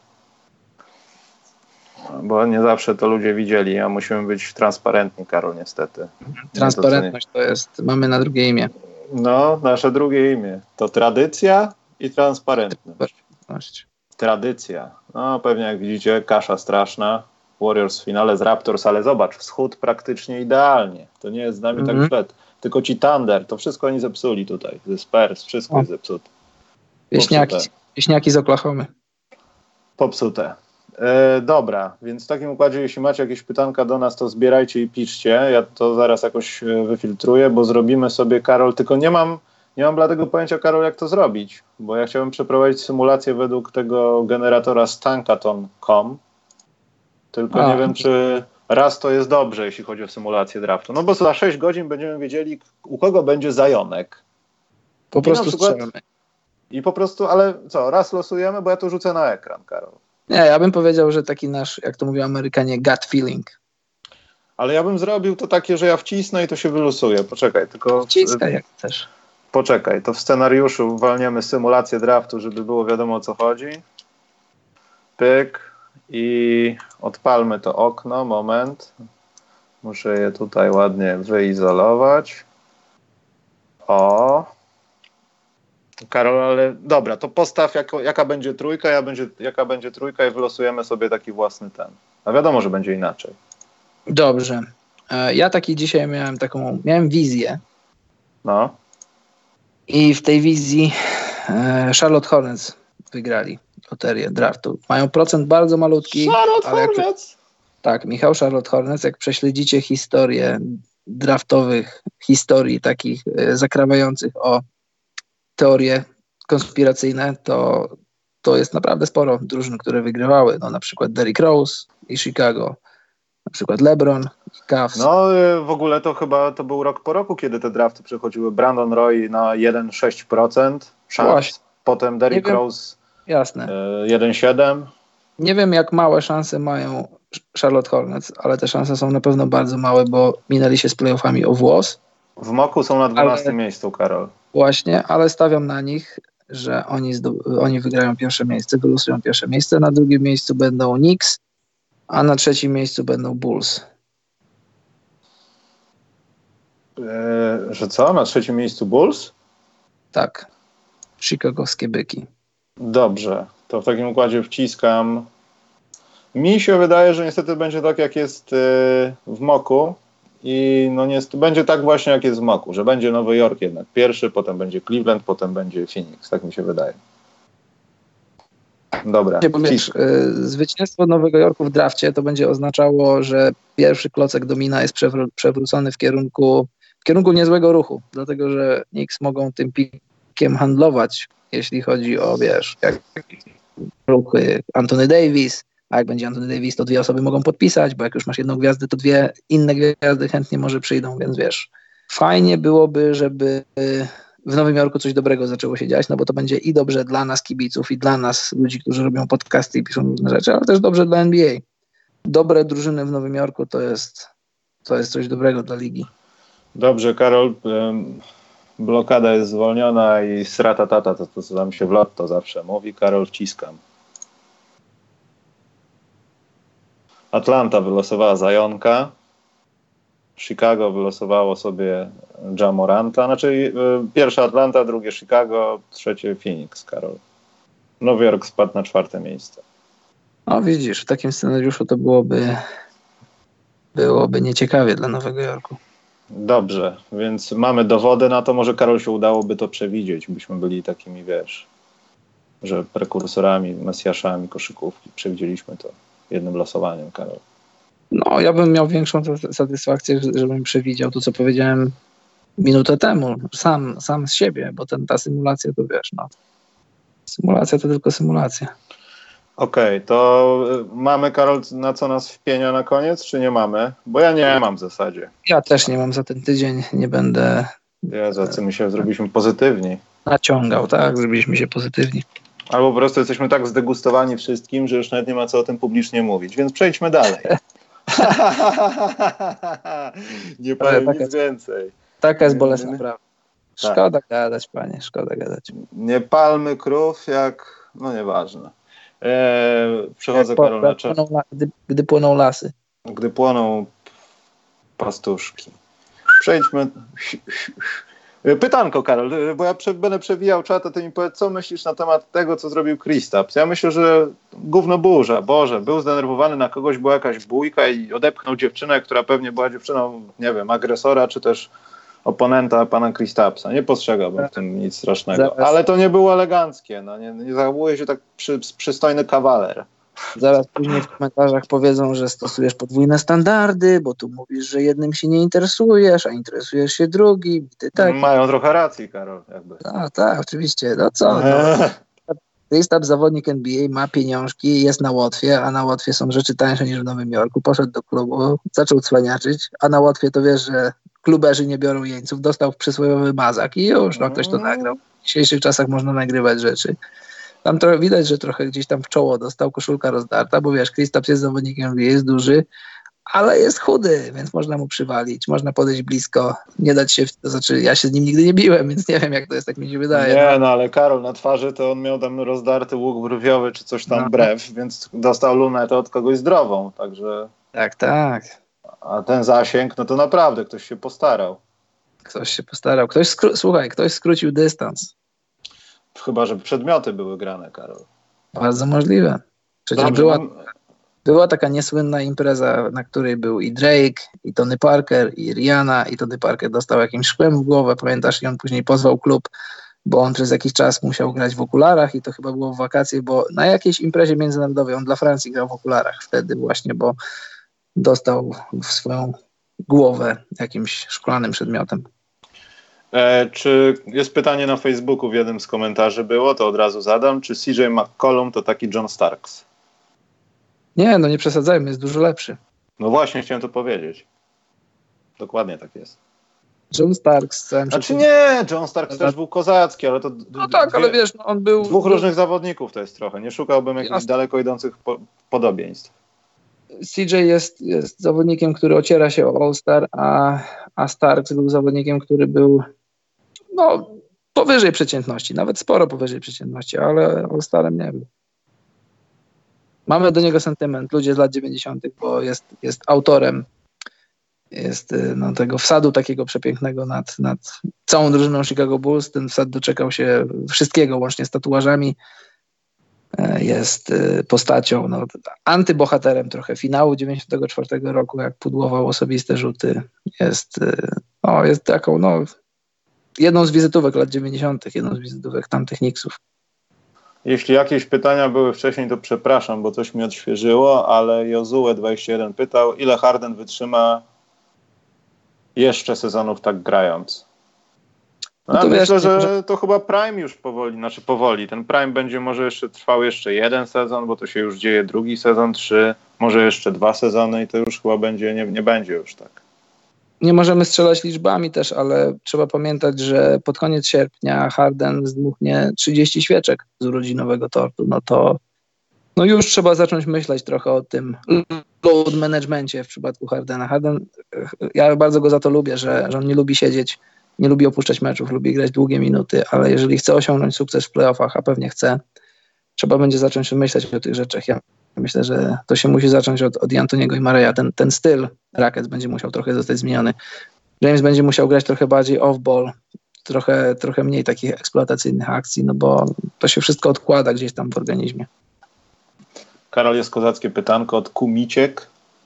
Bo nie zawsze to ludzie widzieli, a musimy być transparentni, Karol, niestety. Transparentność to, to jest, mamy na drugie imię. No, nasze drugie imię. To tradycja i transparentność. Tradycja. No, pewnie jak widzicie, kasza straszna. Warriors w finale z Raptors, ale zobacz, wschód praktycznie idealnie. To nie jest z nami mm-hmm. tak źle. Tylko ci Thunder, to wszystko oni zepsuli tutaj. Ze Spurs, wszystko o. jest zepsute. Wieśniaki, wieśniaki z Oklahomy. Popsute. E, dobra, więc w takim układzie, jeśli macie jakieś pytanka do nas, to zbierajcie i piszcie. Ja to zaraz jakoś wyfiltruję, bo zrobimy sobie, Karol, tylko nie mam, nie mam dlatego pojęcia, Karol, jak to zrobić, bo ja chciałem przeprowadzić symulację według tego generatora stankaton kropka com, tylko A. nie wiem, czy raz to jest dobrze, jeśli chodzi o symulację draftu. No bo za sześć godzin będziemy wiedzieli, u kogo będzie zająmek. Po I prostu przykład, strzelamy. I po prostu, ale co, raz losujemy, bo ja to rzucę na ekran, Karol. Nie, ja bym powiedział, że taki nasz, jak to mówią Amerykanie, gut feeling. Ale ja bym zrobił to takie, że ja wcisnę i to się wylosuje. Poczekaj, tylko... Wciskaj jak chcesz. Poczekaj, to w scenariuszu walniemy symulację draftu, żeby było wiadomo, o co chodzi. Pyk i odpalmy to okno, moment. Muszę je tutaj ładnie wyizolować. O... Karol, ale dobra, to postaw jako, jaka będzie trójka, ja będzie, jaka będzie trójka i wylosujemy sobie taki własny ten. A wiadomo, że będzie inaczej. Dobrze. Ja taki dzisiaj miałem taką, miałem wizję. No. I w tej wizji Charlotte Hornets wygrali loterię draftu. Mają procent bardzo malutki. Charlotte ale Hornets? Jak, tak, Michał, Charlotte Hornets. Jak prześledzicie historię draftowych, historii takich zakrawających o teorie konspiracyjne, to, to jest naprawdę sporo drużyn, które wygrywały. No, na przykład Derrick Rose i Chicago, na przykład LeBron i Cavs. No w ogóle to chyba to był rok po roku, kiedy te drafty przechodziły. Brandon Roy na jeden przecinek sześć procent szans, potem Derrick Rose jasne. jeden przecinek siedem. Nie wiem, jak małe szanse mają Charlotte Hornets, ale te szanse są na pewno bardzo małe, bo minęli się z playoffami o włos. W moku są na dwunastym ale... miejscu, Karol. Właśnie, ale stawiam na nich, że oni, zdo- oni wygrają pierwsze miejsce, wylosują pierwsze miejsce. Na drugim miejscu będą Knicks, a na trzecim miejscu będą Bulls. Eee, że co? Na trzecim miejscu Bulls? Tak. chicagowskie byki. Dobrze, to w takim układzie wciskam. Mi się wydaje, że niestety będzie tak, jak jest w moku i no niestety będzie tak właśnie, jak jest w moku, że będzie Nowy Jork jednak pierwszy, potem będzie Cleveland, potem będzie Phoenix, tak mi się wydaje. Dobra. Bo wiesz, zwycięstwo Nowego Jorku w drafcie to będzie oznaczało, że pierwszy klocek domina jest przewró- przewrócony w kierunku, w kierunku niezłego ruchu, dlatego że Knicks mogą tym pikiem handlować, jeśli chodzi o, wiesz, jak ruchy Anthony Davis, a jak będzie Anthony Davis, to dwie osoby mogą podpisać, bo jak już masz jedną gwiazdę, to dwie inne gwiazdy chętnie może przyjdą, więc wiesz, fajnie byłoby, żeby w Nowym Jorku coś dobrego zaczęło się dziać, no bo to będzie i dobrze dla nas kibiców, i dla nas ludzi, którzy robią podcasty i piszą różne rzeczy, ale też dobrze dla N B A. Dobre drużyny w Nowym Jorku to jest, to jest coś dobrego dla ligi. Dobrze, Karol, blokada jest zwolniona i strata tata, to, to co tam się w lotto zawsze mówi. Karol, wciskam. Atlanta wylosowała Zionka. Chicago wylosowało sobie Ja Moranta. Znaczy y, pierwsze Atlanta, drugie Chicago, trzecie Phoenix, Karol. Nowy Jork spadł na czwarte miejsce. No widzisz, w takim scenariuszu to byłoby byłoby nieciekawie dla Nowego Jorku. Dobrze, więc mamy dowody na to. Może Karol się udałoby to przewidzieć. Byśmy byli takimi, wiesz, że prekursorami, mesjaszami koszykówki. Przewidzieliśmy to jednym losowaniem, Karol. No, ja bym miał większą satysfakcję, żebym przewidział to, co powiedziałem minutę temu, sam, sam z siebie, bo ten, ta symulacja to wiesz, no. Symulacja to tylko symulacja. Okej, okay, to mamy, Karol, na co nas wpienia na koniec, czy nie mamy? Bo ja nie mam w zasadzie. Ja też nie mam za ten tydzień, nie będę... Ja za co my się zrobiliśmy pozytywni. Naciągał, tak, zrobiliśmy się pozytywni. Albo po prostu jesteśmy tak zdegustowani wszystkim, że już nawet nie ma co o tym publicznie mówić, więc przejdźmy dalej. Nie powiem taka, nic więcej. Taka jest bolesna prawda. Szkoda tak. gadać, panie, szkoda gadać. Nie palmy krów, jak... no nieważne. Eee, przechodzę, po, Karol, na czas. Gdy, gdy płoną lasy. Gdy płoną pastuszki. Przejdźmy... Pytanko, Karol, bo ja prze, będę przewijał czat, a ty mi powiedz, co myślisz na temat tego, co zrobił Kristaps. Ja myślę, że gówno burza, Boże, był zdenerwowany na kogoś, była jakaś bójka i odepchnął dziewczynę, która pewnie była dziewczyną, nie wiem, agresora, czy też oponenta pana Kristapsa. Nie postrzegałbym w tym nic strasznego. Ale to nie było eleganckie, no, nie, nie zachowuje się tak przy, przystojny kawaler. Zaraz później w komentarzach powiedzą, że stosujesz podwójne standardy, bo tu mówisz, że jednym się nie interesujesz, a interesujesz się drugim. Ty tak. Mają trochę racji, Karol. Jakby. Tak, tak, oczywiście. No co? No. Kristaps, zawodnik N B A, ma pieniążki, jest na Łotwie, a na Łotwie są rzeczy tańsze niż w Nowym Jorku. Poszedł do klubu, zaczął cwaniaczyć, a na Łotwie to wiesz, że kluberzy nie biorą jeńców, dostał przysłowiowy mazak i już, no ktoś to nagrał. W dzisiejszych czasach można nagrywać rzeczy. Tam trochę widać, że trochę gdzieś tam w czoło dostał, koszulka rozdarta, bo wiesz, Kristaps jest zawodnikiem N B A, jest duży, ale jest chudy, więc można mu przywalić, można podejść blisko, nie dać się, to znaczy ja się z nim nigdy nie biłem, więc nie wiem jak to jest, tak mi się wydaje. Nie, no, no ale Karol, na twarzy to on miał tam rozdarty łuk brwiowy czy coś tam no. brew, więc dostał lunetę od kogoś zdrową, także... Tak, tak. A ten zasięg, no to naprawdę ktoś się postarał. Ktoś się postarał, ktoś, skró- słuchaj, ktoś skrócił dystans. Chyba, że przedmioty były grane, Karol. Bardzo możliwe. Przecież Dobrze, była, mam... była taka niesłynna impreza, na której był i Drake, i Tony Parker, i Rihanna, i Tony Parker dostał jakimś szkłem w głowę, pamiętasz, i on później pozwał klub, bo on przez jakiś czas musiał grać w okularach i to chyba było w wakacje, bo na jakiejś imprezie międzynarodowej, on dla Francji grał w okularach wtedy właśnie, bo dostał w swoją głowę jakimś szklanym przedmiotem. E, czy jest pytanie na Facebooku, w jednym z komentarzy było, to od razu zadam, czy C J McCollum to taki John Starks? Nie, no nie przesadzajmy, jest dużo lepszy. No właśnie, chciałem to powiedzieć. Dokładnie tak jest. John Starks. Znaczy nie, John Starks też był kozacki, ale to... No tak, dwie, ale wiesz, no on był... Dwóch różnych zawodników to jest trochę, nie szukałbym jakichś Jasne. daleko idących po, podobieństw. C J jest, jest zawodnikiem, który ociera się o All-Star, a, a Starks był zawodnikiem, który był no, powyżej przeciętności, nawet sporo powyżej przeciętności, ale All-Starem nie był. Mamy do niego sentyment, ludzie z lat dziewięćdziesiątych, bo jest, jest autorem jest, no, tego wsadu takiego przepięknego nad, nad całą drużyną Chicago Bulls. Ten wsad doczekał się wszystkiego, łącznie z tatuażami. Jest postacią, no, antybohaterem trochę finału dziewięćdziesiątego czwartego roku, jak pudłował osobiste rzuty. Jest, no, jest taką, no, jedną z wizytówek lat dziewięćdziesiątych, jedną z wizytówek tamtych Knicksów. Jeśli jakieś pytania były wcześniej, to przepraszam, bo coś mi odświeżyło, ale Jozue dwadzieścia jeden pytał, ile Harden wytrzyma jeszcze sezonów tak grając? No, no myślę, wiesz, że, że to chyba Prime już powoli, znaczy powoli. Ten Prime będzie może jeszcze trwał jeszcze jeden sezon, bo to się już dzieje drugi sezon, trzy, może jeszcze dwa sezony i to już chyba będzie, nie, nie będzie już tak. Nie możemy strzelać liczbami też, ale trzeba pamiętać, że pod koniec sierpnia Harden zdmuchnie trzydzieści świeczek z urodzinowego tortu. No to no już trzeba zacząć myśleć trochę o tym load managemencie w przypadku Hardena. Harden, ja bardzo go za to lubię, że, że on nie lubi siedzieć, nie lubi opuszczać meczów, lubi grać długie minuty, ale jeżeli chce osiągnąć sukces w playoffach, a pewnie chce, trzeba będzie zacząć myśleć o tych rzeczach. Ja myślę, że to się musi zacząć od, od Antoniego i Mareya. Ten, ten styl Rockets będzie musiał trochę zostać zmieniony. James będzie musiał grać trochę bardziej off-ball, trochę, trochę mniej takich eksploatacyjnych akcji, no bo to się wszystko odkłada gdzieś tam w organizmie. Karol, jest kozackie pytanko od Kumiciek.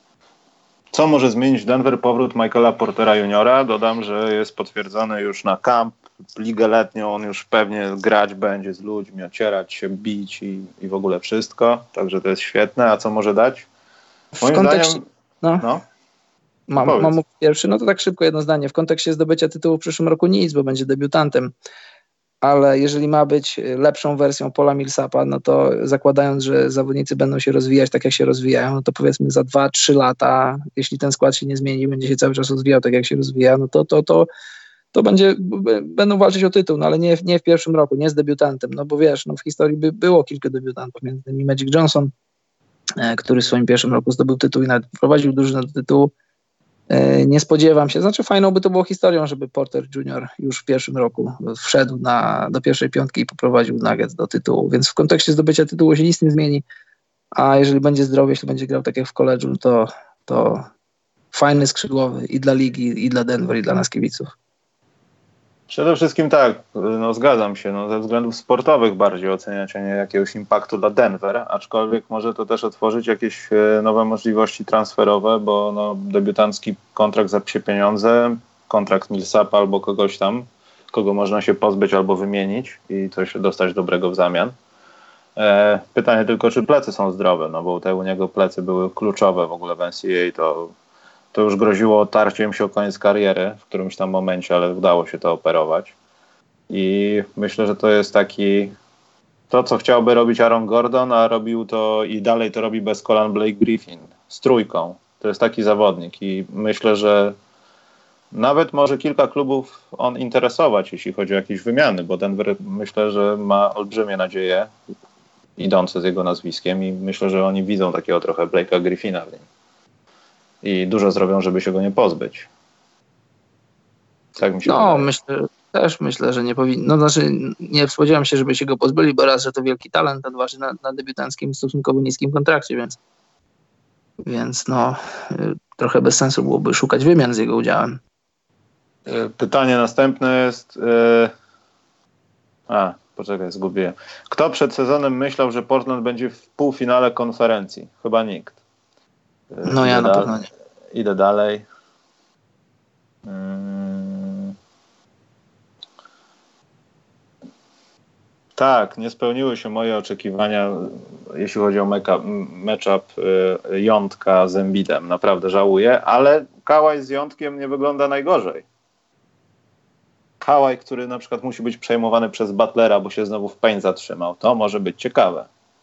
Co może zmienić Denver powrót Michaela Portera juniora? Dodam, że jest potwierdzony już na camp, ligę letnią, on już pewnie grać będzie z ludźmi, ocierać się, bić i, i w ogóle wszystko. Także to jest świetne. A co może dać? Moim w kontekście, zdaniem... No. no. Mam, mam pierwszy, no to tak szybko jedno zdanie. W kontekście zdobycia tytułu w przyszłym roku nic, bo będzie debiutantem. Ale jeżeli ma być lepszą wersją Paula Millsapa, no to zakładając, że zawodnicy będą się rozwijać tak, jak się rozwijają, no to powiedzmy za dwa trzy lata, jeśli ten skład się nie zmieni, będzie się cały czas rozwijał tak, jak się rozwija, no to, to, to, to będzie, b- będą walczyć o tytuł, no ale nie, nie w pierwszym roku, nie z debiutantem, no bo wiesz, no w historii by było kilka debiutantów, między innymi Magic Johnson, e, który w swoim pierwszym roku zdobył tytuł i nawet prowadził drużynę do tytułu. Nie spodziewam się, znaczy fajną by to było historią, żeby Porter junior już w pierwszym roku wszedł na, do pierwszej piątki i poprowadził Nuggets do tytułu, więc w kontekście zdobycia tytułu się nic nie zmieni, a jeżeli będzie zdrowy, jeśli będzie grał tak jak w college'u, to, to fajny skrzydłowy i dla ligi, i dla Denver, i dla nas kibiców. Przede wszystkim tak, no zgadzam się, no ze względów sportowych bardziej oceniać, a nie jakiegoś impaktu dla Denver, aczkolwiek może to też otworzyć jakieś nowe możliwości transferowe, bo no, debiutancki kontrakt za psie pieniądze, kontrakt Millsapa albo kogoś tam, kogo można się pozbyć albo wymienić i coś dostać dobrego w zamian. E, pytanie tylko, czy plecy są zdrowe, no bo te u niego plecy były kluczowe w ogóle w N C A A, to To już groziło otarciem się o koniec kariery w którymś tam momencie, ale udało się to operować. I myślę, że to jest taki to, co chciałby robić Aaron Gordon, a robił to i dalej to robi bez kolan Blake Griffin z trójką. To jest taki zawodnik i myślę, że nawet może kilka klubów on interesować, jeśli chodzi o jakieś wymiany, bo Denver myślę, że ma olbrzymie nadzieje idące z jego nazwiskiem i myślę, że oni widzą takiego trochę Blake'a Griffina w nim. I dużo zrobią, żeby się go nie pozbyć. Tak mi się No, wydaje. myślę, też myślę, że nie powinno. No, znaczy, nie spodziewam się, żeby się go pozbyli, bo raz, że to wielki talent, a dwa, że na, na debiutanckim, stosunkowo niskim kontrakcie, więc, więc no, trochę bez sensu byłoby szukać wymian z jego udziałem. Pytanie następne jest... Yy... A, poczekaj, zgubiłem. Kto przed sezonem myślał, że Portland będzie w półfinale konferencji? Chyba nikt. No ja na pewno nie. Idę dalej. Hmm. Tak, nie spełniły się moje oczekiwania, jeśli chodzi o matchup y, Jątka z Embiidem. Naprawdę żałuję, ale Kawhi z Jątkiem nie wygląda najgorzej. Kawhi, który na przykład musi być przejmowany przez Butlera, bo się znowu w paint zatrzymał. To może być ciekawe.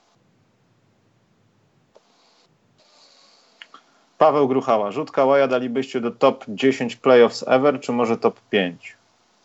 Paweł Gruchała. Rzut Kawaja dalibyście do top dziesięć playoffs ever, czy może top pięć?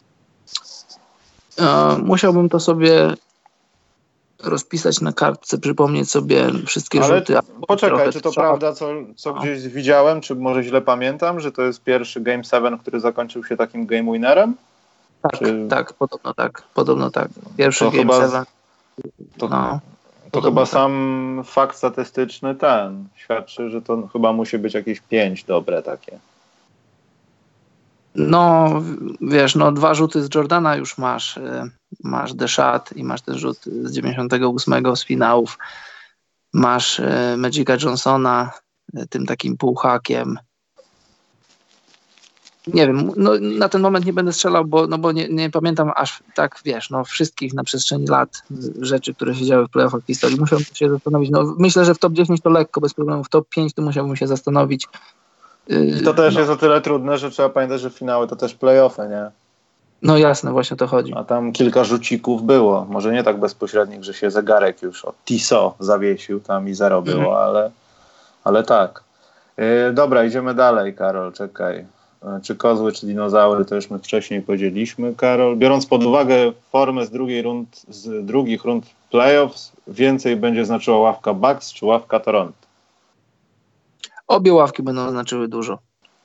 E, musiałbym to sobie rozpisać na kartce, przypomnieć sobie wszystkie Ale rzuty. Poczekaj, czy to trzeba... prawda, co, co no. gdzieś widziałem, czy może źle pamiętam, że to jest pierwszy Game siedem, który zakończył się takim game winnerem? Tak, czy... tak, podobno tak. Podobno tak. Pierwszy to Game chyba... siedem. To... No. To chyba tak. Sam fakt statystyczny ten świadczy, że to chyba musi być jakieś pięć dobre takie. No, wiesz, no dwa rzuty z Jordana już masz. Masz The Shot i masz ten rzut z dziewięćdziesiątego ósmego z finałów. Masz Magica Johnsona tym takim półhakiem. Nie wiem, no, na ten moment nie będę strzelał, bo, no, bo nie, nie pamiętam aż tak, wiesz, no, wszystkich na przestrzeni lat rzeczy, które się działy w playoffach w historii. Musiałbym się zastanowić. No, myślę, że w top dziesięć to lekko, bez problemu. W top pięć to musiałbym się zastanowić. I to też no. jest o tyle trudne, że trzeba pamiętać, że finały to też playoffy, nie? No jasne, właśnie o to chodzi. A tam kilka rzucików było. Może nie tak bezpośrednich, że się zegarek już od Tissot zawiesił tam i zero było, mm. ale, ale tak. Yy, dobra, idziemy dalej, Karol, czekaj. Czy kozły, czy dinozaury, to już my wcześniej powiedzieliśmy, Karol. Biorąc pod uwagę formę z, drugiej rund, z drugich rund playoffs, więcej będzie znaczyła ławka Bucks czy ławka Toronto? Obie ławki będą znaczyły dużo.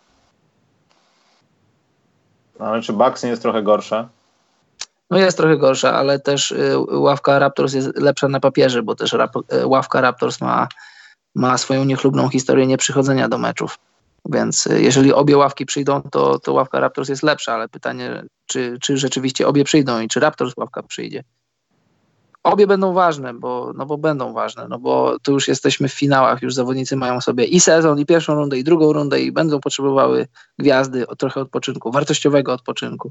Ale czy Bucks nie jest trochę gorsza? No jest trochę gorsza, ale też y, ławka Raptors jest lepsza na papierze, bo też rap, y, ławka Raptors ma, ma swoją niechlubną historię nieprzychodzenia do meczów. Więc y, jeżeli obie ławki przyjdą, to, to ławka Raptors jest lepsza, ale pytanie, czy, czy rzeczywiście obie przyjdą i czy Raptors ławka przyjdzie. Obie będą ważne, bo, no bo będą ważne, no bo tu już jesteśmy w finałach, już zawodnicy mają sobie i sezon, i pierwszą rundę, i drugą rundę i będą potrzebowały gwiazdy, o trochę odpoczynku, wartościowego odpoczynku.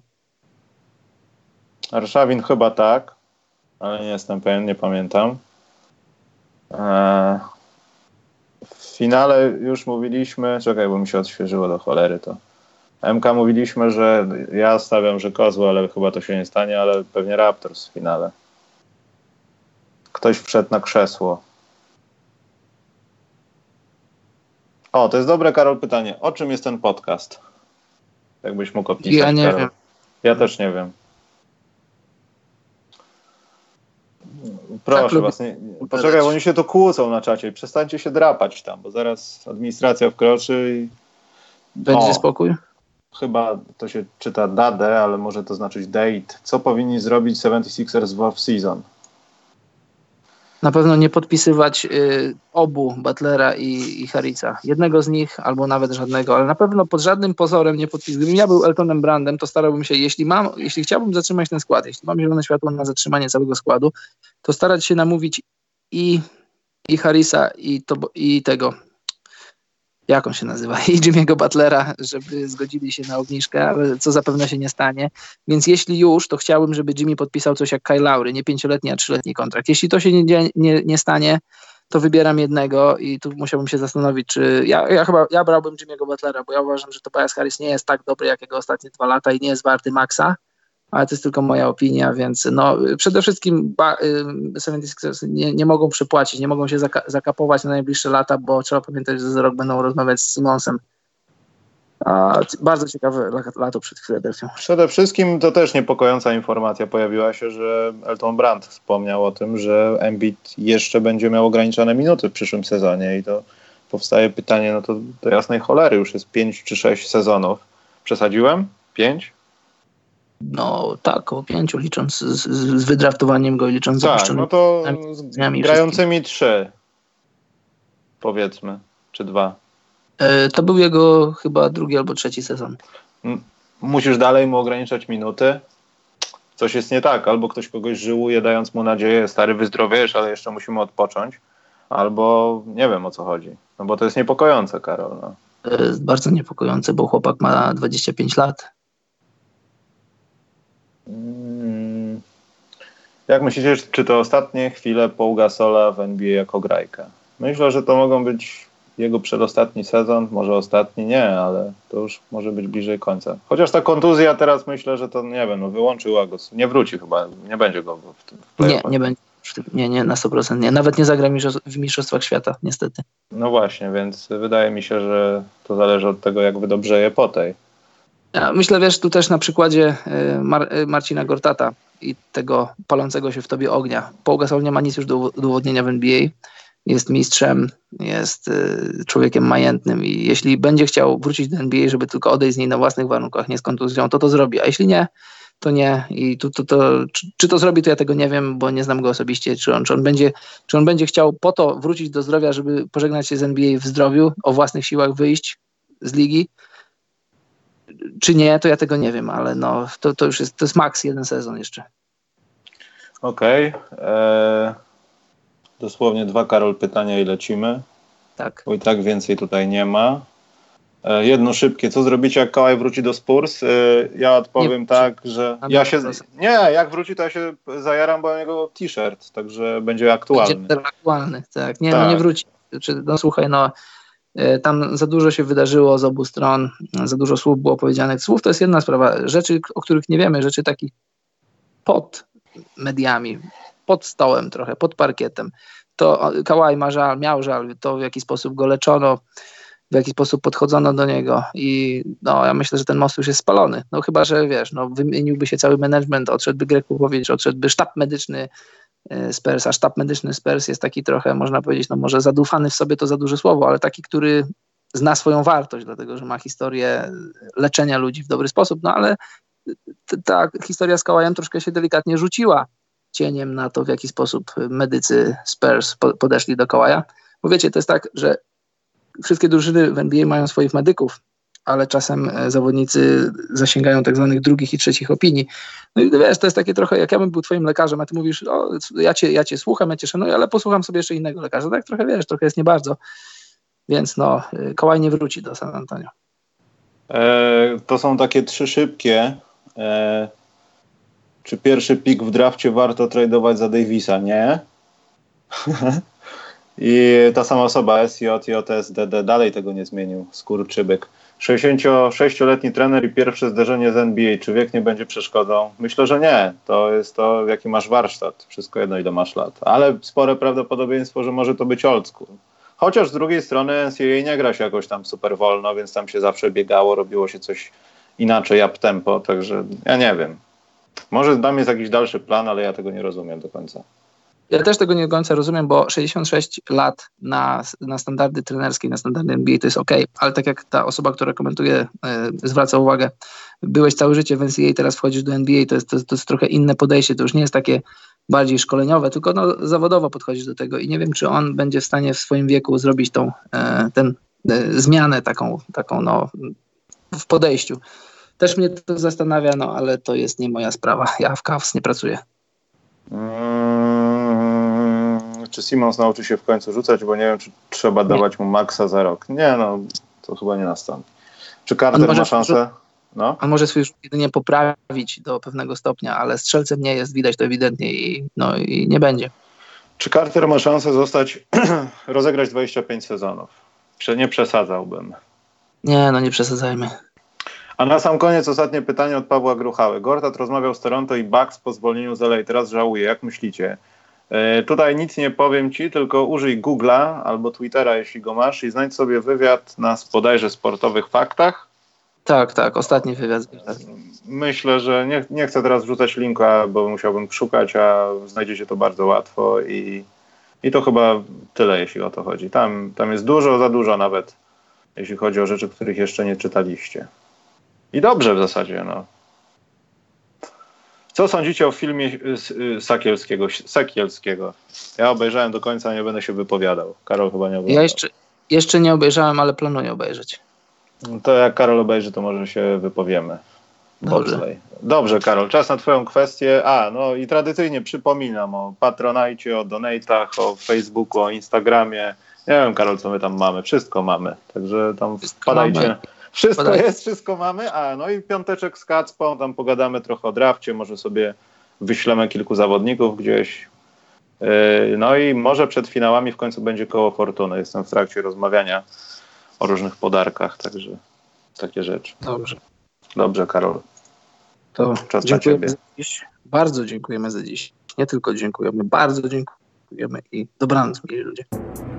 Arszawin chyba tak, ale nie jestem pewien, nie pamiętam. Eee, w finale już mówiliśmy, czekaj, bo mi się odświeżyło do cholery to. M K mówiliśmy, że ja stawiam, że kozły, ale chyba to się nie stanie, ale pewnie Raptors w finale. Ktoś wszedł na krzesło. O, to jest dobre, Karol, pytanie. O czym jest ten podcast? Jakbyś mógł opisać, Ja nie Karol. wiem. Ja też nie wiem. Proszę tak was, nie, poczekaj, bo oni się tu kłócą na czacie. Przestańcie się drapać tam, bo zaraz administracja wkroczy i... Będzie o, spokój? Chyba to się czyta dadę, ale może to znaczyć date. Co powinni zrobić seventy-sixers w off-season? Na pewno nie podpisywać y, obu, Butlera i, i Harrisa. Jednego z nich, albo nawet żadnego, ale na pewno pod żadnym pozorem nie podpisuję. Gdybym ja był Eltonem Brandem, to starałbym się, jeśli mam, jeśli chciałbym zatrzymać ten skład, jeśli mam zielone światło na zatrzymanie całego składu, to starać się namówić i, i Harrisa, i, to, i tego, jak on się nazywa, i Jimmy'ego Butlera, żeby zgodzili się na obniżkę, ale co zapewne się nie stanie. Więc jeśli już, to chciałbym, żeby Jimmy podpisał coś jak Kyle Lowry, nie pięcioletni, a trzyletni kontrakt. Jeśli to się nie, nie, nie stanie, to wybieram jednego i tu musiałbym się zastanowić, czy ja, ja chyba ja brałbym Jimmy'ego Butlera, bo ja uważam, że Tobias Harris nie jest tak dobry jak jego ostatnie dwa lata i nie jest warty maksa, ale to jest tylko moja opinia, więc no przede wszystkim ba, y, seventy-sixers nie, nie mogą przypłacić, nie mogą się zaka- zakapować na najbliższe lata, bo trzeba pamiętać, że za rok będą rozmawiać z Simmonsem. A, bardzo ciekawe lato przed Filadelfią. Przede wszystkim to też niepokojąca informacja pojawiła się, że Elton Brand wspomniał o tym, że Embiid jeszcze będzie miał ograniczone minuty w przyszłym sezonie i to powstaje pytanie, no to do jasnej cholery już jest pięć czy sześć sezonów. Przesadziłem? Pięć? No tak, o pięciu licząc z, z, z wydraftowaniem go i licząc tak, no to z grającymi trzy powiedzmy, czy dwa. E, to był jego chyba drugi albo trzeci sezon. Musisz dalej mu ograniczać minuty. Coś jest nie tak, albo ktoś kogoś żyłuje, dając mu nadzieję, stary wyzdrowiejesz, ale jeszcze musimy odpocząć, albo nie wiem o co chodzi, no bo to jest niepokojące, Karol. No. E, jest bardzo niepokojące, bo chłopak ma dwadzieścia pięć lat. Hmm. Jak myślicie, czy to ostatnie chwile Paul Gasola w N B A jako grajka? Myślę, że to mogą być jego przedostatni sezon, może ostatni, nie, ale to już może być bliżej końca. Chociaż ta kontuzja teraz myślę, że to nie wiem, no wyłączyła go, nie wróci chyba, nie będzie go w tym w Nie, nie będzie, nie, nie, na sto procent nie. Nawet nie zagra w Mistrzostwach Świata, niestety. No właśnie, więc wydaje mi się, że to zależy od tego, jak wydobrzeje po tej. Ja myślę, wiesz, tu też na przykładzie Mar- Marcina Gortata i tego palącego się w tobie ognia. Paul Gasol nie ma nic już do udowodnienia w N B A. Jest mistrzem, jest y, człowiekiem majętnym i jeśli będzie chciał wrócić do N B A, żeby tylko odejść z niej na własnych warunkach, nie z kontuzją, to to zrobi. A jeśli nie, to nie. I tu, to, to, czy, czy to zrobi, to ja tego nie wiem, bo nie znam go osobiście. Czy on, czy on będzie, czy on będzie chciał po to wrócić do zdrowia, żeby pożegnać się z N B A w zdrowiu, o własnych siłach wyjść z ligi, czy nie, to ja tego nie wiem, ale no, to, to już jest, to jest maks jeden sezon jeszcze. Okej. Okay. Dosłownie dwa, Karol, pytania i lecimy. Tak. Bo i tak więcej tutaj nie ma. E, jedno szybkie. Co zrobicie, jak Kawhi wróci do Spurs? E, ja odpowiem nie, tak, że ja się... Nie, jak wróci, to ja się zajaram, bo mam jego t-shirt, także będzie aktualny. Będzie aktualny, tak. Nie, tak. no nie wróci. No słuchaj, no tam za dużo się wydarzyło z obu stron, za dużo słów było powiedzianych. Słów to jest jedna sprawa. Rzeczy, o których nie wiemy, rzeczy takich pod mediami, pod stołem trochę, pod parkietem. To Kawhi ma żal, miał żal, to w jaki sposób go leczono, w jaki sposób podchodzono do niego i no ja myślę, że ten most już jest spalony. No chyba, że wiesz, no wymieniłby się cały management, odszedłby Greg Popovich, odszedłby sztab medyczny Spurs, a sztab medyczny Spurs jest taki trochę, można powiedzieć, no może zadufany w sobie to za duże słowo, ale taki, który zna swoją wartość, dlatego, że ma historię leczenia ludzi w dobry sposób, no ale ta historia z Kawhi'em troszkę się delikatnie rzuciła cieniem na to, w jaki sposób medycy Spurs podeszli do Kawhi'a. Bo wiecie, to jest tak, że wszystkie drużyny w N B A mają swoich medyków, ale czasem zawodnicy zasięgają tak zwanych drugich i trzecich opinii. No i wiesz, to jest takie trochę, jak ja bym był twoim lekarzem, a ty mówisz, o, ja cię, ja cię słucham, ja cię szanuję, ale posłucham sobie jeszcze innego lekarza. Tak trochę, wiesz, trochę jest nie bardzo. Więc no, Kawhi nie wróci do San Antonio. E, to są takie trzy szybkie. E, czy pierwszy pik w drafcie warto tradeować za Davisa? Nie. I ta sama osoba, S J J S D D, dalej tego nie zmienił. Skurczybyk. sześćdziesięciosześcioletni trener i pierwsze zderzenie z N B A. Czy wiek nie będzie przeszkodą? Myślę, że nie. To jest to, jaki masz warsztat. Wszystko jedno, ile masz lat. Ale spore prawdopodobieństwo, że może to być old school. Chociaż z drugiej strony N C A A nie gra się jakoś tam super wolno, więc tam się zawsze biegało, robiło się coś inaczej, up tempo. Także ja nie wiem. Może tam jest jakiś dalszy plan, ale ja tego nie rozumiem do końca. Ja też tego nie do końca rozumiem, bo sześćdziesiąt sześć lat na, na standardy trenerskie, na standardy N B A to jest ok, ale tak jak ta osoba, która komentuje, yy, zwraca uwagę, byłeś całe życie w N C A A, teraz wchodzisz do N B A, to jest, to, to jest trochę inne podejście, to już nie jest takie bardziej szkoleniowe, tylko no, zawodowo podchodzisz do tego i nie wiem, czy on będzie w stanie w swoim wieku zrobić tą yy, ten, yy, zmianę taką, taką no, w podejściu. Też mnie to zastanawia, no ale to jest nie moja sprawa, ja w Cavs nie pracuję. Czy Simmons nauczy się w końcu rzucać, bo nie wiem, czy trzeba dawać mu maksa za rok. Nie, no, to chyba nie nastąpi. Czy Carter ma szansę? No? On może swój rzut jedynie poprawić do pewnego stopnia, ale strzelcem nie jest, widać to ewidentnie i, no, i nie będzie. Czy Carter ma szansę zostać, rozegrać dwadzieścia pięć sezonów? Nie przesadzałbym. Nie, no nie przesadzajmy. A na sam koniec ostatnie pytanie od Pawła Gruchały. Gortat rozmawiał z Toronto i Bucks po zwolnieniu z L A. Teraz żałuje. Jak myślicie? Yy, tutaj nic nie powiem ci, tylko użyj Google'a albo Twittera, jeśli go masz, i znajdź sobie wywiad na bodajże Sportowych Faktach. Tak, tak, ostatni wywiad. Myślę, że nie, nie chcę teraz wrzucać linka, bo musiałbym szukać, a znajdziecie to bardzo łatwo i, i to chyba tyle, jeśli o to chodzi. Tam, tam jest dużo, za dużo nawet, jeśli chodzi o rzeczy, których jeszcze nie czytaliście. I dobrze w zasadzie, no. Co sądzicie o filmie Sakielskiego? Sakielskiego? Ja obejrzałem do końca, nie będę się wypowiadał. Karol chyba nie oglądał. Ja jeszcze, jeszcze nie obejrzałem, ale planuję obejrzeć. To jak Karol obejrzy, to może się wypowiemy. Dobrze. Dobrze, Karol, czas na twoją kwestię. A, no i tradycyjnie przypominam o Patronite, o donatach, o Facebooku, o Instagramie. Nie wiem, Karol, co my tam mamy. Wszystko mamy. Także tam wpadajcie. Wszystko Podaj. jest, wszystko mamy. A, no i piąteczek z Kacpą, tam pogadamy trochę o drafcie, może sobie wyślemy kilku zawodników gdzieś. Yy, no i może przed finałami w końcu będzie koło fortuny. Jestem w trakcie rozmawiania o różnych podarkach, także takie rzeczy. Dobrze. Dobrze, Karol. To czas na ciebie. Za dziś. Bardzo dziękujemy za dziś. Nie tylko dziękujemy, bardzo dziękujemy i dobranoc, mili ludzie.